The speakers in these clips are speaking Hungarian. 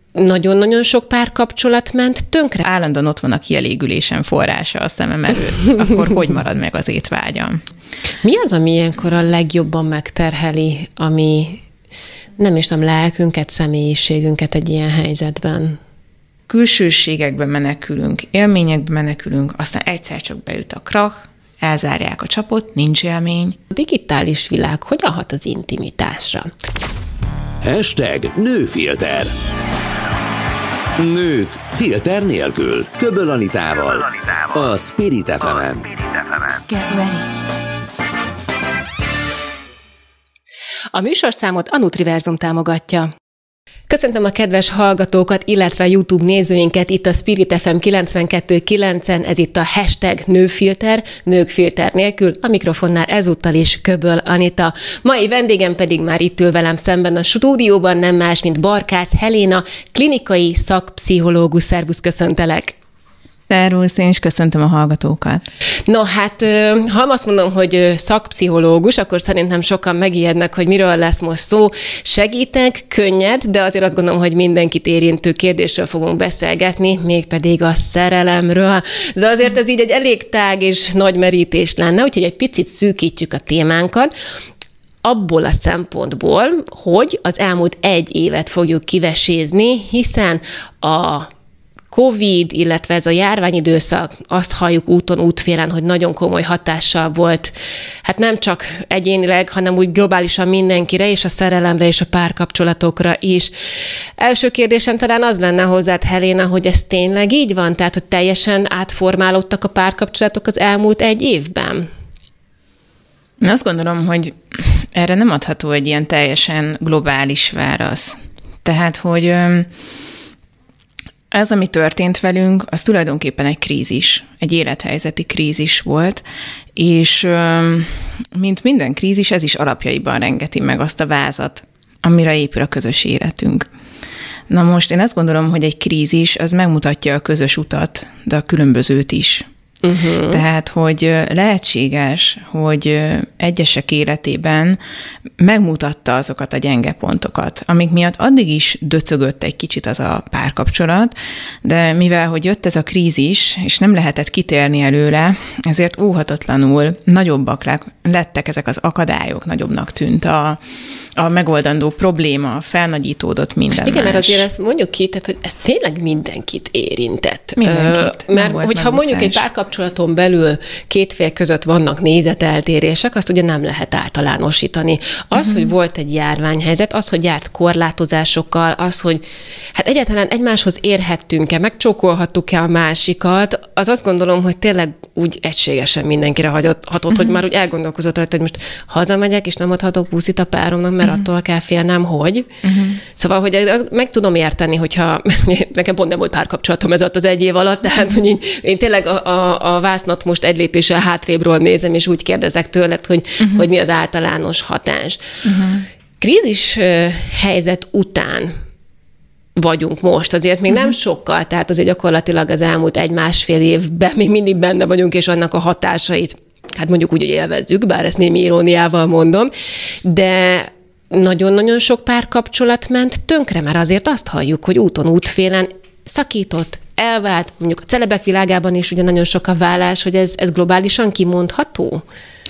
nagyon-nagyon sok párkapcsolat ment tönkre. Állandóan ott van a kielégülésen forrása a szemem előtt, akkor hogy marad meg az étvágyam? Mi az, ami ilyenkor a legjobban megterheli, ami nem is tudom, lelkünket, személyiségünket egy ilyen helyzetben? Külsőségekbe menekülünk, élményekbe menekülünk, aztán egyszer csak beüt a krach, elzárják a csapot, nincs élmény. A digitális világ hogyan hat az intimitásra? #nőfilter. Nők filter nélkül. Köböl Anitával. A Spirit FM-en. Get ready. A műsorszámot a Nutriverzum támogatja. Köszöntöm a kedves hallgatókat, illetve a YouTube nézőinket itt a Spirit FM 92.9-en, ez itt a #nőfilter, nők filter nélkül, a mikrofonnál ezúttal is Köböl Anita. Mai vendégem pedig már itt ül velem szemben a stúdióban, nem más, mint Barkász Heléna, klinikai szakpszichológus. Szervusz, köszöntelek! Szervusz, én is köszöntöm a hallgatókat. No, hát ha azt mondom, hogy szakpszichológus, akkor szerintem sokan megijednek, hogy miről lesz most szó. Segítek, könnyed, de azért azt gondolom, hogy mindenkit érintő kérdésről fogunk beszélgetni, mégpedig a szerelemről. De azért ez így egy elég tág és nagy merítés lenne, úgyhogy egy picit szűkítjük a témánkat. Abból a szempontból, hogy az elmúlt 1 évet fogjuk kivesézni, hiszen a Covid, illetve ez a járványidőszak, azt halljuk úton, útfélen, hogy nagyon komoly hatással volt, hát nem csak egyénileg, hanem úgy globálisan mindenkire, és a szerelemre, és a párkapcsolatokra is. Első kérdésem talán az lenne hozzád, Heléna, hogy ez tényleg így van? Tehát, hogy teljesen átformálódtak a párkapcsolatok az elmúlt 1 évben? Én azt gondolom, hogy erre nem adható egy ilyen teljesen globális válasz. Tehát, hogy ez, ami történt velünk, az tulajdonképpen egy krízis, egy élethelyzeti krízis volt, és mint minden krízis, ez is alapjaiban rengeti meg azt a vázat, amire épül a közös életünk. Na most én azt gondolom, hogy egy krízis az megmutatja a közös utat, de a különbözőt is. Uh-huh. Tehát, hogy lehetséges, hogy egyesek életében megmutatta azokat a gyenge pontokat, amik miatt addig is döcögött egy kicsit az a párkapcsolat, de mivel, hogy jött ez a krízis, és nem lehetett kitérni előle, ezért óhatatlanul nagyobbak lettek ezek az akadályok, nagyobbnak tűnt a megoldandó probléma, felnagyítódott minden Igen, más. mert azért ezt mondjuk ki, tehát, hogy ez tényleg mindenkit érintett. Mindenkit. Mert hogyha mondjuk egy párkapcsolaton belül 2 fél között vannak nézeteltérések, azt ugye nem lehet általánosítani. Az, hogy volt egy járványhelyzet, az, hogy járt korlátozásokkal, az, hogy hát egyáltalán egymáshoz érhettünk-e, megcsókolhattuk-e a másikat, az azt gondolom, hogy tényleg úgy egységesen mindenkire hatott, hogy már úgy elgondolkozott rajta, hogy most hazamegyek, és nem adhatok buszit a páromnak, mert attól kell félnem, hogy. Szóval, hogy meg tudom érteni, hogyha nekem pont nem volt párkapcsolatom ez az 1 év alatt, tehát hogy én tényleg a vásznat most egy lépéssel hátrébről nézem, és úgy kérdezek tőled, hogy mi az általános hatás. Krízis helyzet után vagyunk most. Azért még nem sokkal, tehát azért gyakorlatilag az elmúlt 1-1,5 évben még mindig benne vagyunk, és annak a hatásait, hát mondjuk úgy, hogy élvezzük, bár ezt némi iróniával mondom, de nagyon-nagyon sok párkapcsolat ment tönkre, mert azért azt halljuk, hogy úton, útfélen szakított, elvált, mondjuk a celebek világában is ugye nagyon sok a válás, hogy ez globálisan kimondható?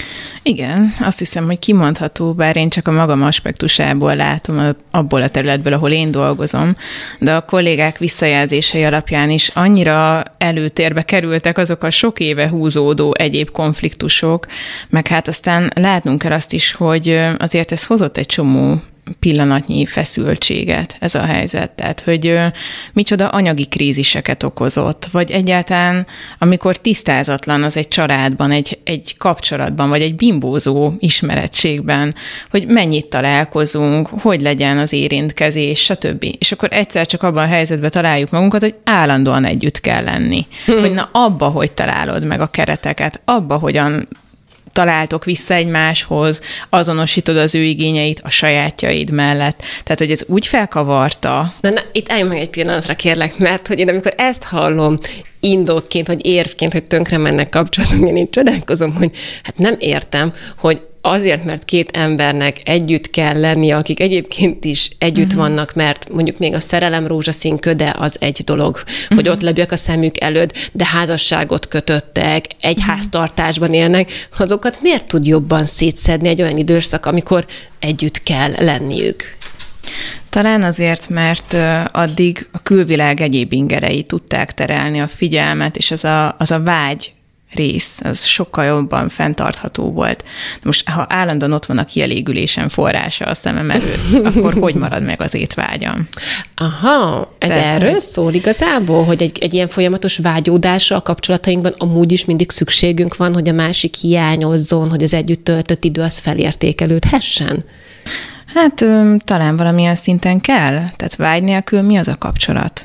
Igen, azt hiszem, hogy kimondható, bár én csak a magam aspektusából látom, abból a területből, ahol én dolgozom, de a kollégák visszajelzései alapján is annyira előtérbe kerültek azok a sok éve húzódó egyéb konfliktusok, meg hát aztán látnunk kell azt is, hogy azért ez hozott egy csomó pillanatnyi feszültséget ez a helyzet. Tehát, hogy micsoda anyagi kríziseket okozott, vagy egyáltalán, amikor tisztázatlan az egy családban, egy kapcsolatban, vagy egy bimbózó ismerettségben, hogy mennyit találkozunk, hogy legyen az érintkezés, stb. És akkor egyszer csak abban a helyzetben találjuk magunkat, hogy állandóan együtt kell lenni. Hogy na abba, hogy találod meg a kereteket, abba, hogyan találtok vissza egymáshoz, azonosítod az ő igényeit a sajátjaid mellett. Tehát, hogy ez úgy felkavarta. Na, itt álljunk meg egy pillanatra, kérlek, mert hogy én amikor ezt hallom indokként, vagy érvként, hogy tönkre mennek kapcsolatok, én csodálkozom, hogy hát nem értem, hogy azért, mert két embernek együtt kell lennie, akik egyébként is együtt vannak, mert mondjuk még a szerelem rózsaszín köde az egy dolog, hogy ott lebjek a szemük előtt, de házasságot kötöttek, egy háztartásban élnek, azokat miért tud jobban szétszedni egy olyan időszak, amikor együtt kell lenniük? Talán azért, mert addig a külvilág egyéb ingerei tudták terelni a figyelmet, és az a vágy rész, az sokkal jobban fenntartható volt. Most, ha állandóan ott van a kielégülésen forrása a szemem előtt, akkor hogy marad meg az étvágyam? Aha, ez erről szól igazából, hogy egy ilyen folyamatos vágyódásra a kapcsolatainkban amúgy is mindig szükségünk van, hogy a másik hiányozzon, hogy az együtt töltött idő az felértékelődhessen? Hát talán valamilyen szinten kell. Tehát vágy nélkül mi az a kapcsolat?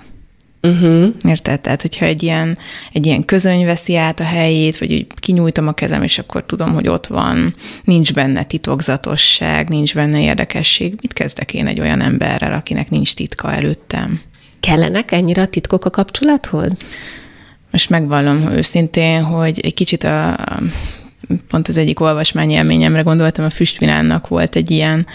Érted? Tehát, hogyha egy ilyen közöny veszi át a helyét, vagy úgy kinyújtom a kezem, és akkor tudom, hogy ott van, nincs benne titokzatosság, nincs benne érdekesség. Mit kezdek én egy olyan emberrel, akinek nincs titka előttem? Kellenek ennyire a titkok a kapcsolathoz? Most megvallom őszintén, hogy egy kicsit pont az egyik olvasmányélményemre gondoltam, a Füstvinánnak volt egy ilyen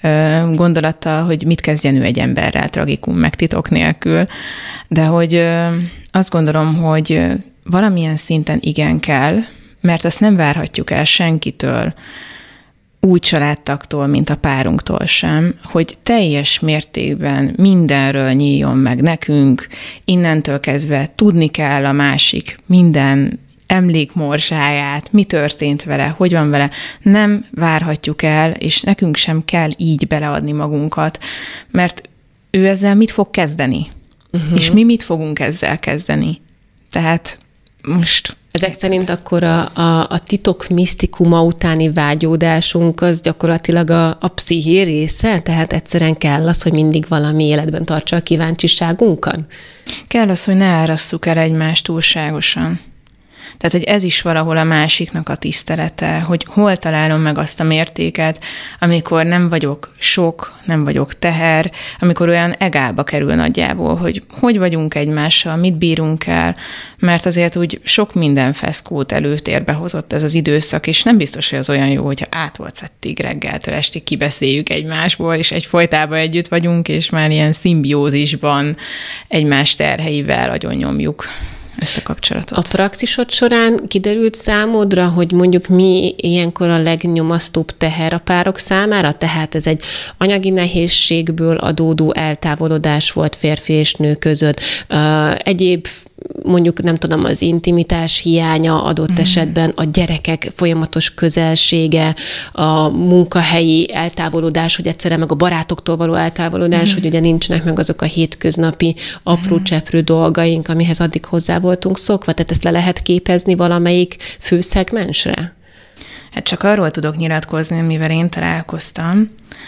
gondolata, hogy mit kezdjen ő egy emberrel tragikum meg titok nélkül, de hogy azt gondolom, hogy valamilyen szinten igen kell, mert azt nem várhatjuk el senkitől, úgy családtaktól, mint a párunktól sem, hogy teljes mértékben mindenről nyíljon meg nekünk, innentől kezdve tudni kell a másik minden emlékmorzsáját, mi történt vele, hogy van vele, nem várhatjuk el, és nekünk sem kell így beleadni magunkat, mert ő ezzel mit fog kezdeni? És mi mit fogunk ezzel kezdeni? Tehát most... Ezek szerint akkor a titok misztikuma utáni vágyódásunk az gyakorlatilag a psziché része? Tehát egyszerűen kell az, hogy mindig valami életben tartsa a kíváncsiságunkat? Kell az, hogy ne árasszuk el egymást túlságosan. Tehát, hogy ez is valahol a másiknak a tisztelete, hogy hol találom meg azt a mértéket, amikor nem vagyok sok, nem vagyok teher, amikor olyan egálba kerül nagyjából, hogy vagyunk egymással, mit bírunk el, mert azért úgy sok minden feszkót előtérbe hozott ez az időszak, és nem biztos, hogy az olyan jó, hogyha átolcettig reggeltől estig kibeszéljük egymásból, és egyfolytában együtt vagyunk, és már ilyen szimbiózisban egymás terheivel agyonnyomjuk ezt a kapcsolatot. A praxisod során kiderült számodra, hogy mondjuk mi ilyenkor a legnyomasztóbb teher a párok számára? Tehát ez egy anyagi nehézségből adódó eltávolodás volt férfi és nő között. Egyéb mondjuk nem tudom, az intimitás hiánya adott esetben, a gyerekek folyamatos közelsége, a munkahelyi eltávolodás, hogy egyszerűen meg a barátoktól való eltávolodás, hogy ugye nincsenek meg azok a hétköznapi apró cseprő dolgaink, amihez addig hozzá voltunk szokva. Tehát ezt le lehet képezni valamelyik főszegmensre? Hát csak arról tudok nyilatkozni, amivel én találkoztam.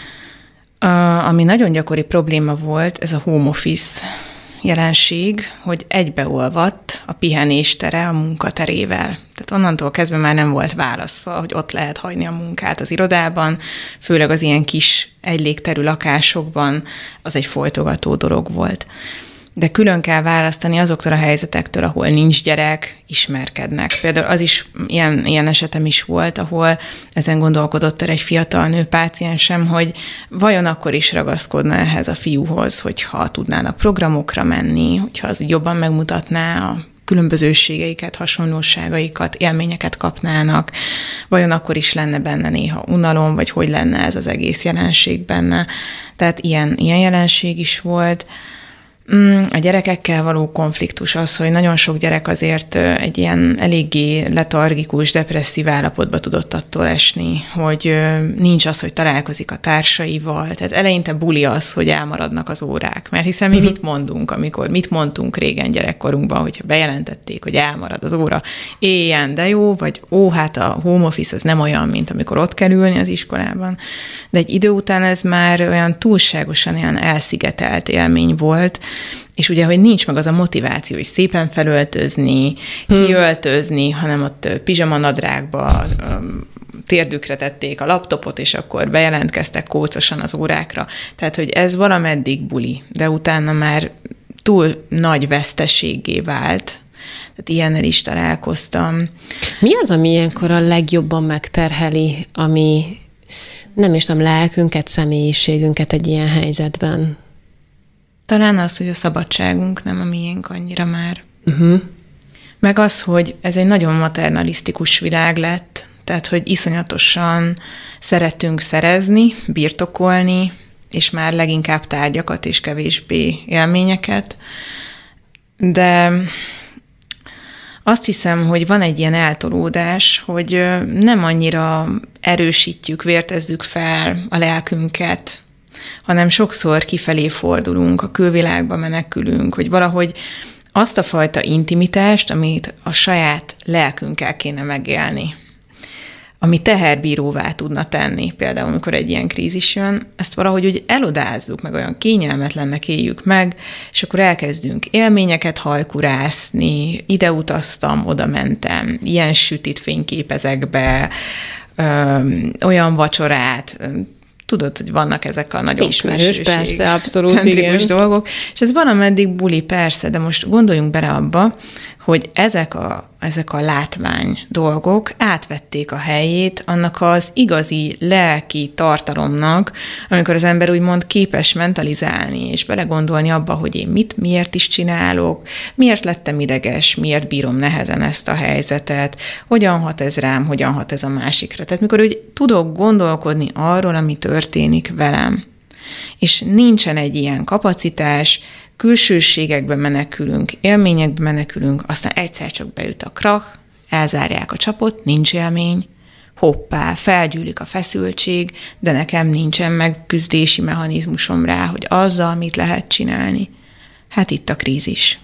Ami nagyon gyakori probléma volt, ez a home office jelenség, hogy egybeolvadt a pihenéstere a munkaterével. Tehát onnantól kezdve már nem volt választva, hogy ott lehet hagyni a munkát az irodában, főleg az ilyen kis egylégterű lakásokban az egy folytogató dolog volt. De külön kell választani azoktól a helyzetektől, ahol nincs gyerek, ismerkednek. Például az is, ilyen esetem is volt, ahol ezen gondolkodott el egy fiatal nő páciensem, hogy vajon akkor is ragaszkodna ehhez a fiúhoz, hogyha tudnának programokra menni, hogyha az jobban megmutatná a különbözőségeiket, hasonlóságaikat, élményeket kapnának, vajon akkor is lenne benne néha unalom, vagy hogy lenne ez az egész jelenség benne. Tehát ilyen jelenség is volt. A gyerekekkel való konfliktus az, hogy nagyon sok gyerek azért egy ilyen eléggé letargikus, depresszív állapotba tudott attól esni, hogy nincs az, hogy találkozik a társaival. Tehát eleinte buli az, hogy elmaradnak az órák. Mert hiszen mi mit mondtunk régen gyerekkorunkban, hogyha bejelentették, hogy elmarad az óra, éljen, de jó, vagy hát a home office az nem olyan, mint amikor ott kell ülni az iskolában. De egy idő után ez már olyan túlságosan ilyen elszigetelt élmény volt, és ugye, hogy nincs meg az a motiváció, hogy szépen felöltözni, kiöltözni, hanem ott pizsamanadrágba térdükre tették a laptopot, és akkor bejelentkeztek kócosan az órákra. Tehát, hogy ez valameddig buli, de utána már túl nagy veszteséggé vált, Tehát ilyennel is találkoztam. Mi az, ami ilyenkor a legjobban megterheli, ami nem is tudom, lelkünket, személyiségünket egy ilyen helyzetben? Talán az, hogy a szabadságunk nem a miénk annyira már. Meg az, hogy ez egy nagyon maternalisztikus világ lett, tehát, hogy iszonyatosan szeretünk szerezni, birtokolni, és már leginkább tárgyakat és kevésbé élményeket. De azt hiszem, hogy van egy ilyen eltolódás, hogy nem annyira erősítjük, vértezzük fel a lelkünket, hanem sokszor kifelé fordulunk, a külvilágba menekülünk, hogy valahogy azt a fajta intimitást, amit a saját lelkünkkel kéne megélni, ami teherbíróvá tudna tenni, például amikor egy ilyen krízis jön, ezt valahogy úgy elodázzuk, meg olyan kényelmetlennek éljük meg, és akkor elkezdünk élményeket hajkurászni, ide utaztam, oda mentem, ilyen sütit fényképezek be, olyan vacsorát, tudod, hogy vannak ezek a nagyon ismerős, persze, abszolút, igen. dolgok, és ez valameddig buli, persze, de most gondoljunk bele abba, hogy ezek a látvány dolgok átvették a helyét annak az igazi lelki tartalomnak, amikor az ember úgymond képes mentalizálni, és belegondolni abba, hogy én miért is csinálok, miért lettem ideges, miért bírom nehezen ezt a helyzetet, hogyan hat ez rám, hogyan hat ez a másikra. Tehát mikor úgy tudok gondolkodni arról, ami történik velem, és nincsen egy ilyen kapacitás, külsőségekbe menekülünk, élményekbe menekülünk, aztán egyszer csak beüt a krach, elzárják a csapot, nincs élmény, hoppá, felgyűlik a feszültség, de nekem nincsen megküzdési mechanizmusom rá, hogy azzal mit lehet csinálni. Hát itt a krízis.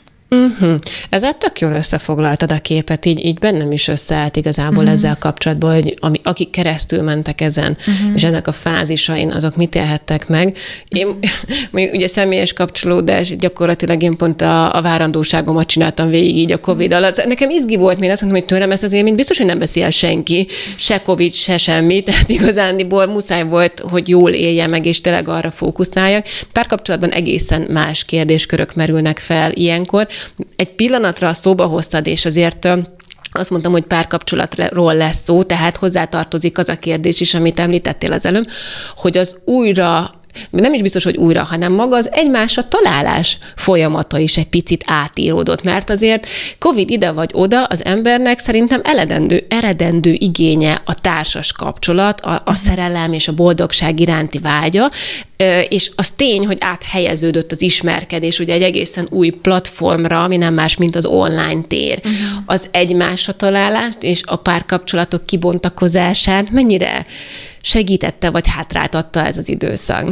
Ezzel tök jól összefoglaltad a képet, így bennem is összeállt igazából ezzel kapcsolatban, hogy akik keresztül mentek ezen, és ennek a fázisain, azok mit élhettek meg. Én mondjuk ugye személyes kapcsolódás, gyakorlatilag én pont a várandóságomat csináltam végig így a Covid alatt. Nekem izgi volt, még azt mondtam, hogy tőlem ezt az élményt biztos, hogy nem beszél senki, se Covid, se semmi, tehát igazándiból muszáj volt, hogy jól élje meg, és tényleg arra fókuszáljak. Párkapcsolatban egészen más kérdéskörök merülnek fel ilyenkor. Egy pillanatra szóba hoztad, és azért azt mondtam, hogy párkapcsolatról lesz szó, tehát hozzátartozik az a kérdés is, amit említettél az előbb, hogy az újra, nem is biztos, hogy újra, hanem maga az egymásra találás folyamata is egy picit átíródott, mert azért Covid ide vagy oda az embernek szerintem eredendő igénye a társas kapcsolat, a szerelem és a boldogság iránti vágya, és az tény, hogy áthelyeződött az ismerkedés ugye egy egészen új platformra, ami nem más, mint az online tér. Az egymásra találást és a párkapcsolatok kibontakozását mennyire segítette, vagy hátráltatta ez az időszak?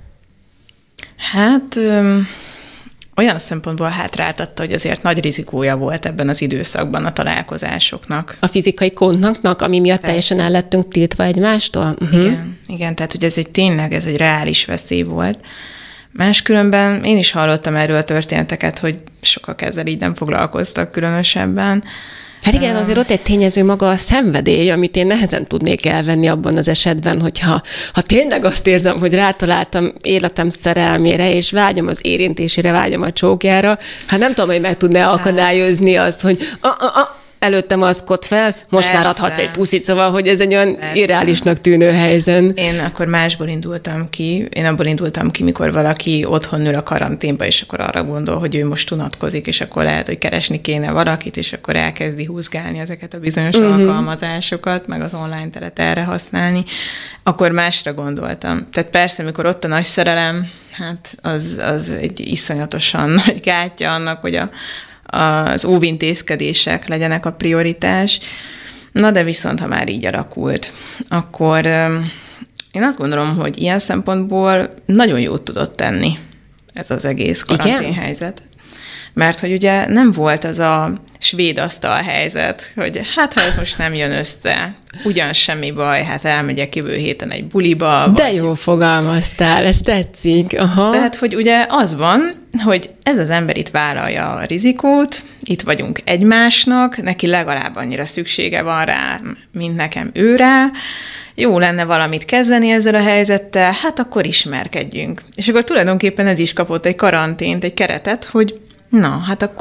Hát olyan szempontból hátráltatta, hogy azért nagy rizikója volt ebben az időszakban a találkozásoknak. A fizikai kontaktnak, ami miatt teljesen el lettünk tiltva egymástól? Igen, tehát hogy ez egy reális veszély volt. Máskülönben én is hallottam erről a történeteket, hogy sokak ezzel így nem foglalkoztak különösebben. Hát igen, azért ott egy tényező maga a szenvedély, amit én nehezen tudnék elvenni abban az esetben, hogyha tényleg azt érzem, hogy rátaláltam életem szerelmére, és vágyom az érintésére, vágyom a csókjára, hát nem tudom, hogy meg tudná akadályozni az, hogy előttem aszkod fel, most persze. Már adhatsz egy puszit, szóval, hogy ez egy olyan irreálisnak tűnő helyzet. Én akkor másból indultam ki. Én abból indultam ki, mikor valaki otthon ül a karanténba, és akkor arra gondol, hogy ő most unatkozik, és akkor lehet, hogy keresni kéne valakit, és akkor elkezdi húzgálni ezeket a bizonyos alkalmazásokat, meg az online teret erre használni. Akkor másra gondoltam. Tehát persze, mikor ott a nagy szerelem, hát az egy iszonyatosan nagy gátja annak, hogy az óvintézkedések legyenek a prioritás. Na de viszont, ha már így alakult, akkor én azt gondolom, hogy ilyen szempontból nagyon jót tudott tenni ez az egész karanténhelyzet. Mert hogy ugye nem volt az a svéd asztal helyzet, hogy hát ha ez most nem jön össze, ugyan semmi baj, hát elmegyek jövő héten egy buliba. De jól fogalmaztál, ez tetszik. Aha. Tehát, hogy ugye az van, hogy ez az ember itt vállalja a rizikót, itt vagyunk egymásnak, neki legalább annyira szüksége van rá, mint nekem ő rá, jó lenne valamit kezdeni ezzel a helyzettel, hát akkor ismerkedjünk. És akkor tulajdonképpen ez is kapott egy karantént, egy keretet, hogy na, hát akkor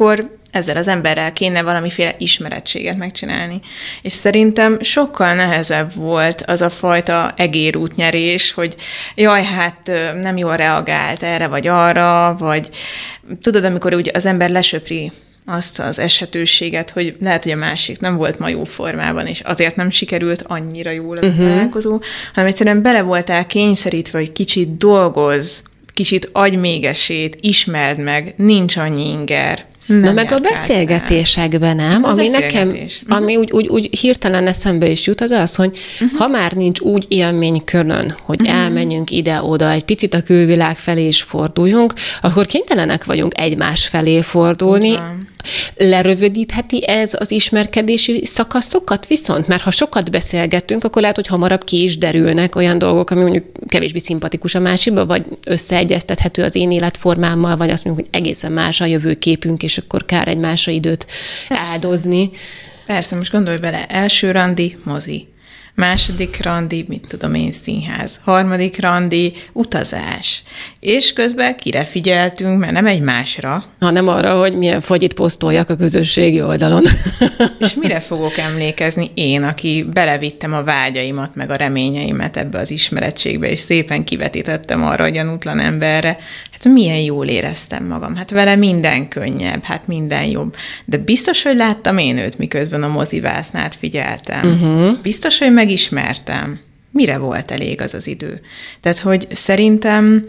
ezzel az emberrel kéne valamiféle ismerettséget megcsinálni. És szerintem sokkal nehezebb volt az a fajta egérútnyerés, hogy jaj, hát nem jól reagált erre vagy arra, vagy tudod, amikor úgy az ember lesöpri azt az eshetőséget, hogy lehet, hogy a másik nem volt ma jó formában, és azért nem sikerült annyira jól a találkozó, hanem egyszerűen bele voltál kényszerítve, hogy kicsit dolgozz, kicsit adj még esélyt, ismerd meg, nincs annyi inger. Na meg a beszélgetésekben, nem? Ami nekem, ami úgy hirtelen eszembe is jut, az az, hogy ha már nincs úgy élménykörön, hogy elmenjünk ide-oda, egy picit a külvilág felé is forduljunk, akkor kénytelenek vagyunk egymás felé fordulni. Lerövidítheti ez az ismerkedési szakaszokat viszont? Mert ha sokat beszélgetünk, akkor lehet, hogy hamarabb ki is derülnek olyan dolgok, ami mondjuk kevésbé szimpatikus a másikba, vagy összeegyeztethető az én életformámmal, vagy azt mondjuk, hogy egészen más a jövőképünk, és akkor kár egymásra időt áldozni. Persze, most gondolj bele, első randi, mozi. Második randi, mit tudom én, színház. Harmadik randi, utazás. És közben kire figyeltünk, mert nem egymásra. Hanem arra, hogy milyen fagyit posztoljak a közösségi oldalon. És mire fogok emlékezni én, aki belevittem a vágyaimat, meg a reményeimet ebbe az ismerettségbe, és szépen kivetítettem arra a gyanútlan emberre. Hát milyen jól éreztem magam. Hát vele minden könnyebb, hát minden jobb. De biztos, hogy láttam én őt, miközben a mozivásznát figyeltem. Biztos, hogy megismertem. Mire volt elég az az idő? Tehát, hogy szerintem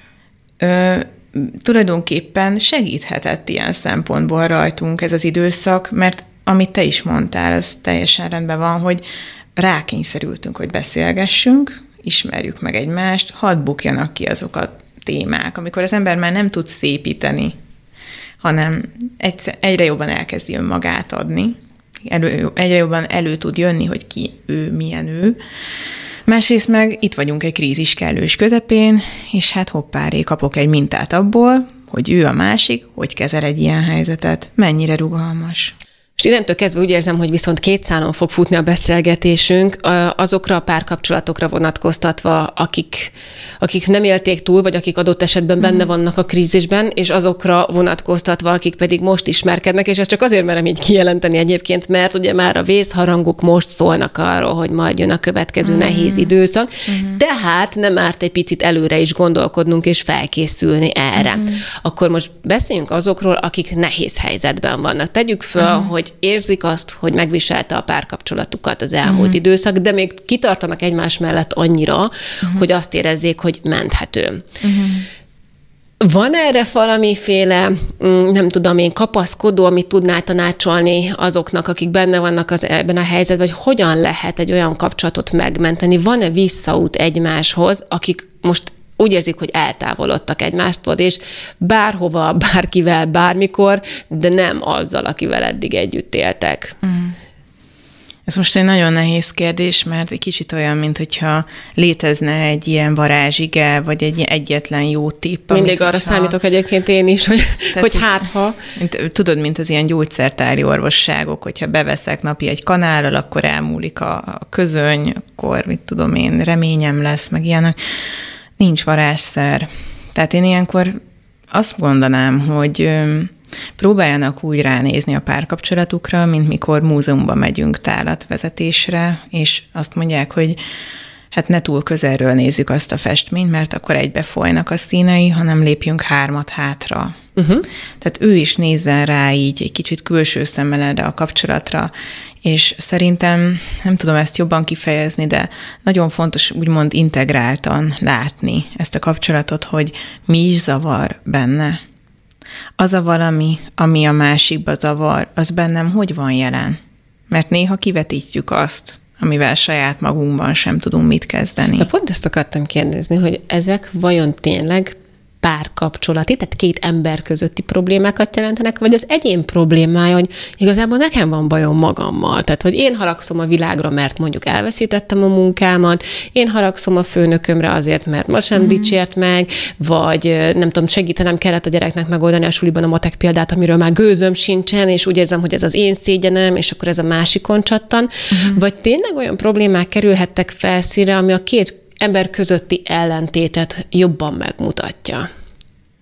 tulajdonképpen segíthetett ilyen szempontból rajtunk ez az időszak, mert amit te is mondtál, az teljesen rendben van, hogy rákényszerültünk, hogy beszélgessünk, ismerjük meg egymást, hadd bukjanak ki azok a témák, amikor az ember már nem tud szépíteni, hanem egyre jobban elkezdi önmagát adni, egyre jobban elő tud jönni, hogy ki ő, milyen ő. Másrészt meg itt vagyunk egy krízis kellős közepén, és hát hoppáré, kapok egy mintát abból, hogy ő a másik, hogy kezel egy ilyen helyzetet, mennyire rugalmas. És innentől kezdve úgy érzem, hogy viszont két szálon fog futni a beszélgetésünk, azokra a párkapcsolatokra vonatkoztatva, akik nem élték túl, vagy akik adott esetben benne vannak a krízisben, és azokra vonatkoztatva, akik pedig most ismerkednek, és ezt csak azért merem így kijelenteni egyébként, mert ugye már a vészharangok most szólnak arról, hogy majd jön a következő nehéz időszak, tehát nem árt egy picit előre is gondolkodnunk, és felkészülni erre. Akkor most beszéljünk azokról, akik nehéz helyzetben vannak. Tegyük föl, hogy érzik azt, hogy megviselte a párkapcsolatukat az elmúlt időszak, de még kitartanak egymás mellett annyira, hogy azt érezzék, hogy menthető. Van erre valamiféle, nem tudom én, kapaszkodó, amit tudnál tanácsolni azoknak, akik benne vannak ebben a helyzetben, hogy hogyan lehet egy olyan kapcsolatot megmenteni? Van-e visszaút egymáshoz, akik most úgy érzik, hogy eltávolodtak egymástól, és bárhova, bárkivel, bármikor, de nem azzal, akivel eddig együtt éltek. Ez most egy nagyon nehéz kérdés, mert egy kicsit olyan, mintha létezne egy ilyen varázsige, vagy egy egyetlen jó tipp. Mindig arra számítok egyébként én is, hogy hát ha... Tudod, mint az ilyen gyógyszertári orvosságok, hogyha beveszek napi egy kanállal, akkor elmúlik a közöny, akkor mit tudom én, reményem lesz, meg ilyenek. Nincs varázsszer. Tehát én ilyenkor azt mondanám, hogy próbáljanak úgy ránézni a párkapcsolatukra, mint mikor múzeumban megyünk tálatvezetésre, és azt mondják, hogy hát ne túl közelről nézzük azt a festményt, mert akkor egybe folynak a színei, hanem lépjünk 3 hátra. Tehát ő is nézzen rá így egy kicsit külső szemmel erre a kapcsolatra, és szerintem, nem tudom ezt jobban kifejezni, de nagyon fontos úgymond integráltan látni ezt a kapcsolatot, hogy mi is zavar benne. Az a valami, ami a másikba zavar, az bennem hogy van jelen? Mert néha kivetítjük azt, amivel saját magunkban sem tudunk mit kezdeni. De pont ezt akartam kérdezni, hogy ezek vajon tényleg párkapcsolati, tehát 2 ember közötti problémákat jelentenek, vagy az egyén problémája, hogy igazából nekem van bajom magammal. Tehát, hogy én haragszom a világra, mert mondjuk elveszítettem a munkámat, én haragszom a főnökömre azért, mert ma sem dicsért meg, vagy nem tudom, segítenem kellett a gyereknek megoldani a suliban a matek példát, amiről már gőzöm sincsen, és úgy érzem, hogy ez az én szégyenem, és akkor ez a másikon csattan. Vagy tényleg olyan problémák kerülhettek felszínre, ami a 2 ember közötti ellentétet jobban megmutatja.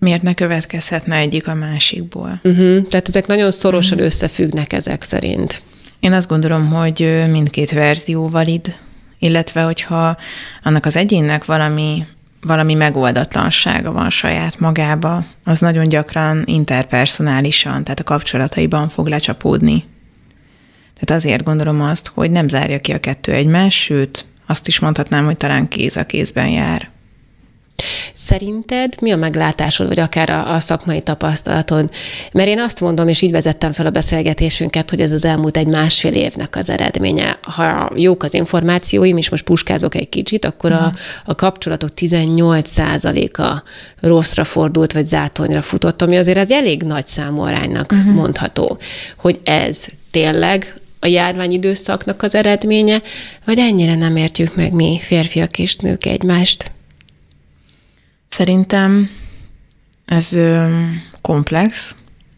Miért ne következhetne egyik a másikból? Tehát ezek nagyon szorosan összefüggnek ezek szerint. Én azt gondolom, hogy mindkét verzió valid, illetve hogyha annak az egyénnek valami megoldatlansága van saját magába, az nagyon gyakran interpersonálisan, tehát a kapcsolataiban fog lecsapódni. Tehát azért gondolom azt, hogy nem zárja ki a kettő egymást, sőt, azt is mondhatnám, hogy talán kéz a kézben jár. Szerinted mi a meglátásod, vagy akár a szakmai tapasztalatod? Mert én azt mondom, és így vezettem fel a beszélgetésünket, hogy ez az elmúlt 1,5 évnek az eredménye. Ha jók az információim, és most puskázok egy kicsit, akkor a kapcsolatok 18%-a rosszra fordult, vagy zátonyra futott, ami azért az elég nagy számú aránynak mondható. Hogy ez tényleg a járványidőszaknak az eredménye, vagy ennyire nem értjük meg mi férfiak és nők egymást? Szerintem ez komplex,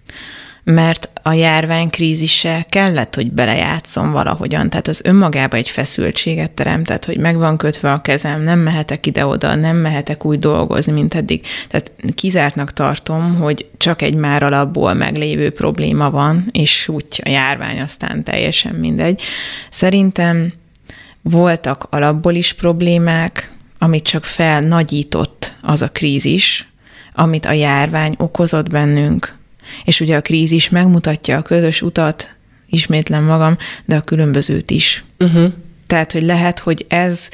mert a járvány krízise kellett, hogy belejátszom valahogyan. Tehát az önmagában egy feszültséget teremt, tehát hogy meg van kötve a kezem, nem mehetek ide-oda, nem mehetek úgy dolgozni, mint eddig. Tehát kizártnak tartom, hogy csak egy már alapból meglévő probléma van, és úgy a járvány aztán teljesen mindegy. Szerintem voltak alapból is problémák, amit csak felnagyított az a krízis, amit a járvány okozott bennünk. És ugye a krízis megmutatja a közös utat, ismétlem magam, de a különbözőt is. Tehát, hogy lehet, hogy ez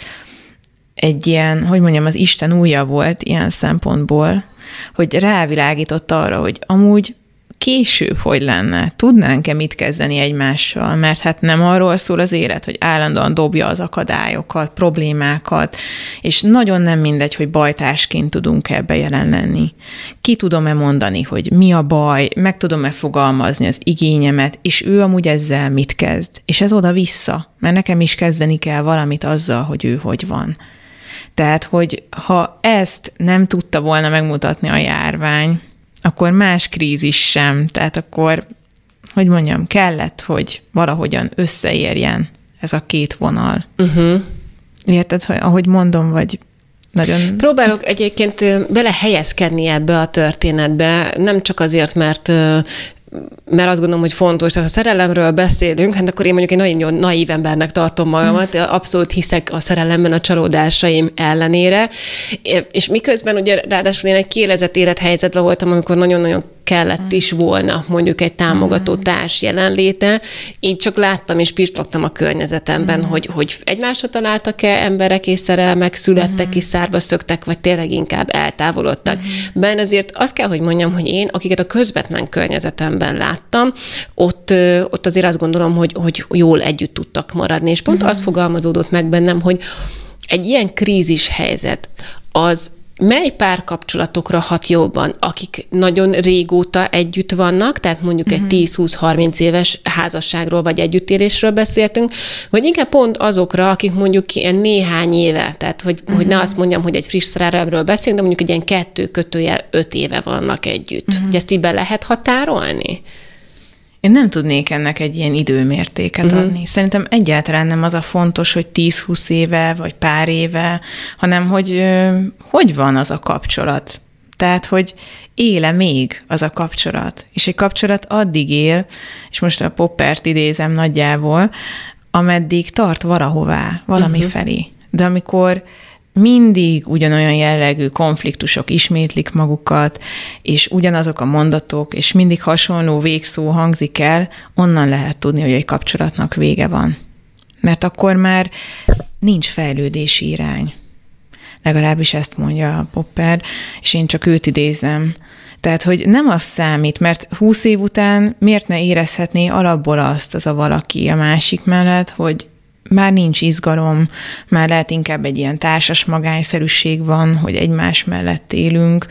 egy ilyen, hogy mondjam, az Isten ujja volt ilyen szempontból, hogy rávilágított arra, hogy amúgy később hogy lenne, tudnánk-e mit kezdeni egymással, mert hát nem arról szól az élet, hogy állandóan dobja az akadályokat, problémákat, és nagyon nem mindegy, hogy bajtársként tudunk ebbe jelen lenni. Ki tudom-e mondani, hogy mi a baj, meg tudom-e fogalmazni az igényemet, és ő amúgy ezzel mit kezd. És ez oda-vissza, mert nekem is kezdeni kell valamit azzal, hogy ő hogy van. Tehát, hogy ha ezt nem tudta volna megmutatni a járvány, akkor más krízis sem. Tehát akkor, hogy mondjam, kellett, hogy valahogyan összeérjen ez a két vonal. Érted, hogy ahogy mondom, vagy nagyon... Próbálok egyébként belehelyezkedni ebbe a történetbe, nem csak azért, mert azt gondolom, hogy fontos. Tehát ha szerelemről beszélünk, hát akkor én mondjuk egy nagyon naív embernek tartom magamat, abszolút hiszek a szerelemben a csalódásaim ellenére, és miközben ugye ráadásul én egy kiélezett élethelyzetben voltam, amikor nagyon-nagyon kellett is volna mondjuk egy támogató társ jelenléte. Én csak láttam és pislogtam a környezetemben, hogy egymásra találtak-e emberek és szerelmek, születtek és szárba szöktek, vagy tényleg inkább eltávolodtak. Bár azért azt kell, hogy mondjam, hogy én, akiket a közvetlen környezetemben láttam, ott azért azt gondolom, hogy jól együtt tudtak maradni. És pont az fogalmazódott meg bennem, hogy egy ilyen krízis helyzet az mely párkapcsolatokra hat jobban, akik nagyon régóta együtt vannak, tehát mondjuk egy 10-20-30 éves házasságról vagy együttélésről beszéltünk, vagy inkább pont azokra, akik mondjuk ilyen néhány éve, tehát hogy ne azt mondjam, hogy egy friss szerelemről beszélünk, de mondjuk egy ilyen 2-5 éve vannak együtt. Hogy ezt így be lehet határolni? Én nem tudnék ennek egy ilyen időmértéket adni. Szerintem egyáltalán nem az a fontos, hogy 10-20 éve, vagy pár éve, hanem hogy van az a kapcsolat. Tehát, hogy éle még az a kapcsolat. És egy kapcsolat addig él, és most a Poppert idézem nagyjából, ameddig tart valahová, valami felé. De amikor mindig ugyanolyan jellegű konfliktusok ismétlik magukat, és ugyanazok a mondatok, és mindig hasonló végszó hangzik el, onnan lehet tudni, hogy egy kapcsolatnak vége van. Mert akkor már nincs fejlődési irány. Legalábbis ezt mondja a Popper, és én csak őt idézem. Tehát, hogy nem az számít, mert 20 év után miért ne érezhetné alapból azt az a valaki a másik mellett, hogy már nincs izgalom, már lehet inkább egy ilyen társas magányszerűség van, hogy egymás mellett élünk,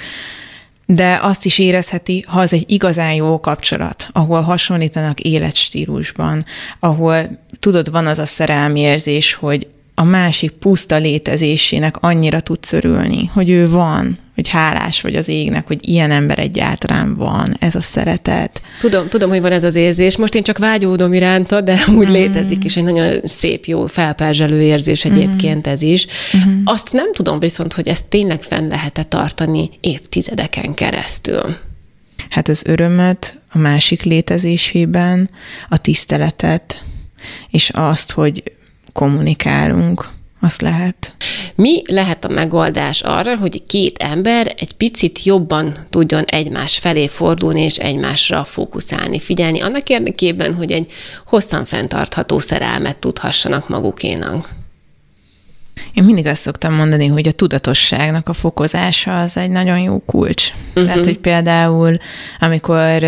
de azt is érezheti, ha az egy igazán jó kapcsolat, ahol hasonlítanak életstílusban, ahol tudod, van az a szerelmi érzés, hogy a másik puszta létezésének annyira tudsz örülni, hogy ő van, hogy hálás vagy az égnek, hogy ilyen ember egyáltalán van, ez a szeretet. Tudom, hogy van ez az érzés. Most én csak vágyódom iránta, de úgy létezik, és egy nagyon szép, jó, felperzselő érzés egyébként ez is. Azt nem tudom viszont, hogy ezt tényleg fenn lehet-e tartani évtizedeken keresztül. Hát az örömöt a másik létezésében, a tiszteletet, és azt, hogy kommunikálunk, azt lehet. Mi lehet a megoldás arra, hogy két ember egy picit jobban tudjon egymás felé fordulni, és egymásra fókuszálni, figyelni, annak érdekében, hogy egy hosszan fenntartható szerelmet tudhassanak magukénak? Én mindig azt szoktam mondani, hogy a tudatosságnak a fokozása az egy nagyon jó kulcs. Tehát, hogy például, amikor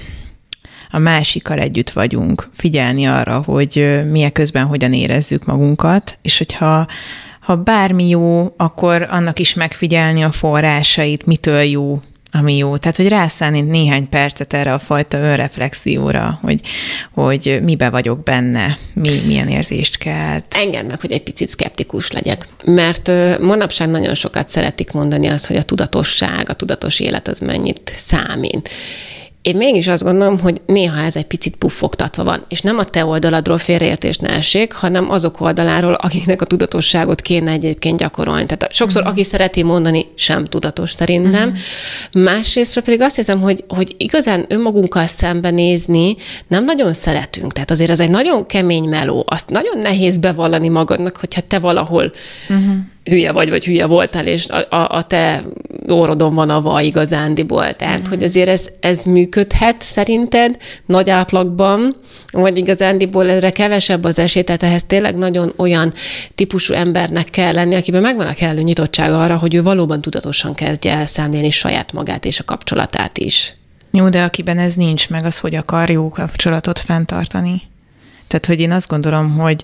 a másikkal együtt vagyunk, figyelni arra, hogy milyen közben hogyan érezzük magunkat, és hogyha bármi jó, akkor annak is megfigyelni a forrásait, mitől jó, ami jó. Tehát, hogy rászállni néhány percet erre a fajta önreflexióra, hogy mibe vagyok benne, milyen érzést kelt. Engedd meg, hogy egy picit szkeptikus legyek, mert manapság nagyon sokat szeretik mondani azt, hogy a tudatosság, a tudatos élet az mennyit számít. Én mégis azt gondolom, hogy néha ez egy picit puffogtatva van, és nem a te oldaladról félreértés ne essék, hanem azok oldaláról, akiknek a tudatosságot kéne egyébként gyakorolni. Tehát sokszor, aki szereti mondani, sem tudatos szerintem. Másrésztről pedig azt hiszem, hogy igazán önmagunkkal szembenézni nem nagyon szeretünk. Tehát azért az egy nagyon kemény meló. Azt nagyon nehéz bevallani magadnak, hogyha te valahol hülye vagy hülye voltál, és a te órodon van a vaj igazándiból. Tehát, hogy azért ez működhet szerinted nagy átlagban, vagy igazándiból erre kevesebb az esély, tehát ehhez tényleg nagyon olyan típusú embernek kell lenni, akiben megvan a kellő nyitottság arra, hogy ő valóban tudatosan kezdje el szemlélni saját magát és a kapcsolatát is. Jó, de akiben ez nincs meg, az hogy akar jó kapcsolatot fenntartani? Tehát, hogy én azt gondolom, hogy